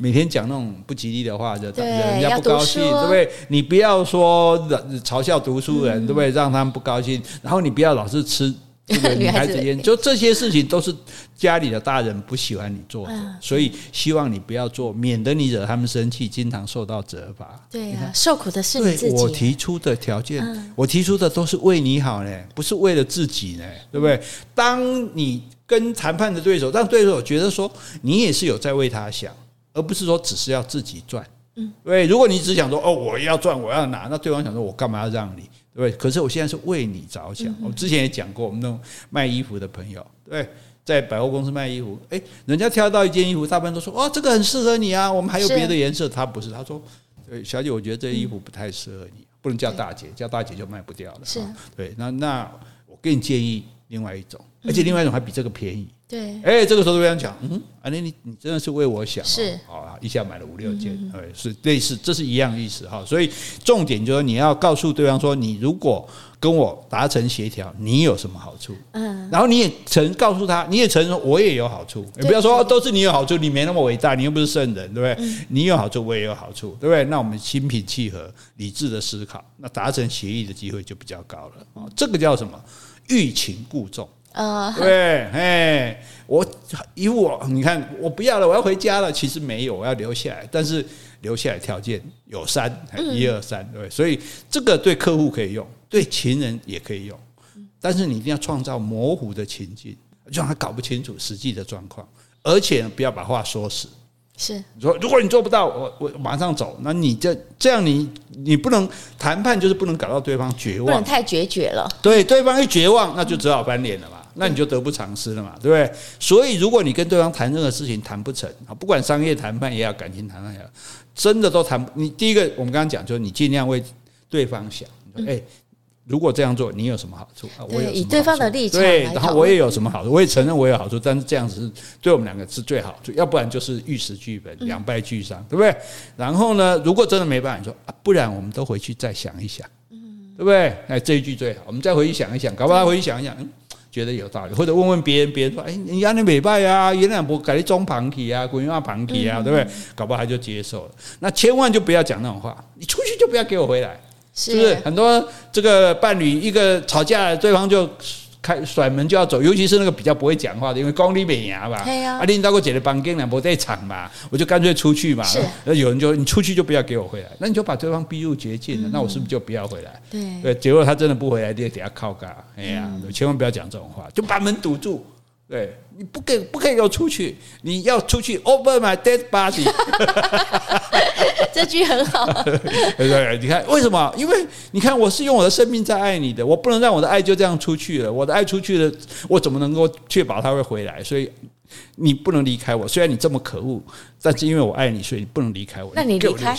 每天讲那种不吉利的话，就对人家不高兴，对不对？你不要说嘲笑读书人，嗯、对不对？让他们不高兴，然后你不要老是吃这个女孩子烟，就这些事情都是家里的大人不喜欢你做的，嗯、所以希望你不要做，免得你惹他们生气，经常受到责罚。 对啊，受苦的是你自己。 我提出的条件，嗯、我提出的都是为你好呢，不是为了自己呢，对不对？当你跟谈判的对手，让对手觉得说你也是有在为他想，而不是说只是要自己赚。嗯，对。如果你只想说哦，我要赚，我要拿，那对方想说我干嘛要让你？对不对？可是我现在是为你着想。嗯、我之前也讲过，我们那种卖衣服的朋友，对，在百货公司卖衣服，哎，人家挑到一件衣服，大部分都说哦，这个很适合你啊，我们还有别的颜色。他不是，他说，小姐，我觉得这衣服不太适合你，不能叫大姐，叫大姐就卖不掉了。是，对，那那我给你建议另外一种，而且另外一种还比这个便宜。对，哎，这个时候对方讲，嗯，啊，你你你真的是为我想，是啊，一下买了五六件，哎、嗯，是类似，这是一样意思哈。所以重点就是你要告诉对方说，你如果跟我达成协调，你有什么好处？嗯，然后你也承告诉他，你也承认说我也有好处，你不要说、哦、都是你有好处，你没那么伟大，你又不是圣人，对不对？嗯、你有好处，我也有好处，对不对？那我们心平气和、理智的思考，那达成协议的机会就比较高了。哦，这个叫什么？欲擒故纵。呃，对，哎，我以我你看，我不要了，我要回家了。其实没有，我要留下来，但是留下来条件有三，一二三，对，所以这个对客户可以用，对情人也可以用，但是你一定要创造模糊的情境，让他搞不清楚实际的状况，而且不要把话说死。是，你说如果你做不到，我我马上走。那你这这样你，你你不能谈判，就是不能搞到对方绝望， 不能太决绝了。 对，对方一绝望，那就只好翻脸了嘛。那你就得不偿失了嘛，对不对？所以如果你跟对方谈任何事情谈不成，不管商业谈判也好，感情谈判也好，真的都谈。你第一个我们刚刚讲，就是你尽量为对方想，哎、欸。如果这样做，你有什么好处？啊、我有什么好处？ 以对方的立场来对，然后我也有什么好处？我也承认我有好处，但是这样子是对我们两个是最好，要不然就是玉石俱焚，两败俱伤，对不对？然后呢，如果真的没办法，你说啊，不然我们都回去再想一想，对不对？哎，这一句最好，我们再回去想一想，搞不好他回去想一想，嗯，觉得有道理，或者问问别人，别人说，哎，你安尼袂歹啊，原来我改你装旁体啊，规划旁体啊，对不对？搞不好他就接受了。那千万就不要讲那种话，你出去就不要给我回来。是不是很多这个伴侣一个吵架，对方就开甩门就要走，尤其是那个比较不会讲话的，因为功力没牙吧，啊，领导过姐的房间两不在场嘛，我就干脆出去嘛。那有人就你出去就不要给我回来，那你就把对方逼入绝境了，嗯、那我是不是就不要回来？对对，结果他真的不回来，你得给他靠嘎，哎呀，嗯、千万不要讲这种话，就把门堵住。对，你不可以不可以给我出去，你要出去 over my dead body 这句很好。 对，你看为什么？因为你看我是用我的生命在爱你的，我不能让我的爱就这样出去了，我的爱出去了，我怎么能够确保他会回来？所以你不能离开我，虽然你这么可恶，但是因为我爱你，所以你不能离开我。 那你离开？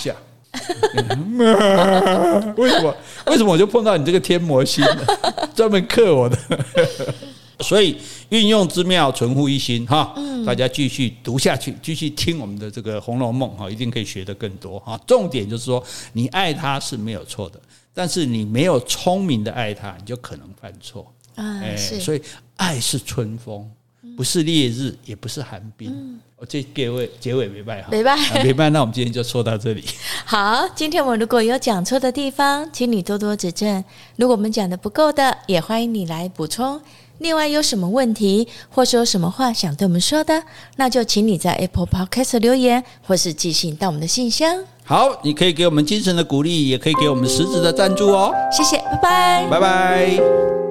为什么？为什么我就碰到你这个天魔星了，专门克我的？所以运用之妙，存乎一心哈。嗯、大家继续读下去，继续听我们的这个《红楼梦》哈，一定可以学得更多哈。重点就是说，你爱他是没有错的，但是你没有聪明的爱他，你就可能犯错。啊，哎，所以爱是春风，不是烈日，也不是寒冰。嗯我这结尾结尾没办哈， 没办没办，那我们今天就说到这里。 好，今天我们如果有讲错的地方，请你多多指正。如果我们讲的不够的，也欢迎你来补充。另外有什么问题，或是有什么话想对我们说的，那就请你在 Apple Podcast 留言，或是寄信到我们的信箱。 好，你可以给我们精神的鼓励，也可以给我们实质的赞助哦。 谢谢，拜拜， 拜拜。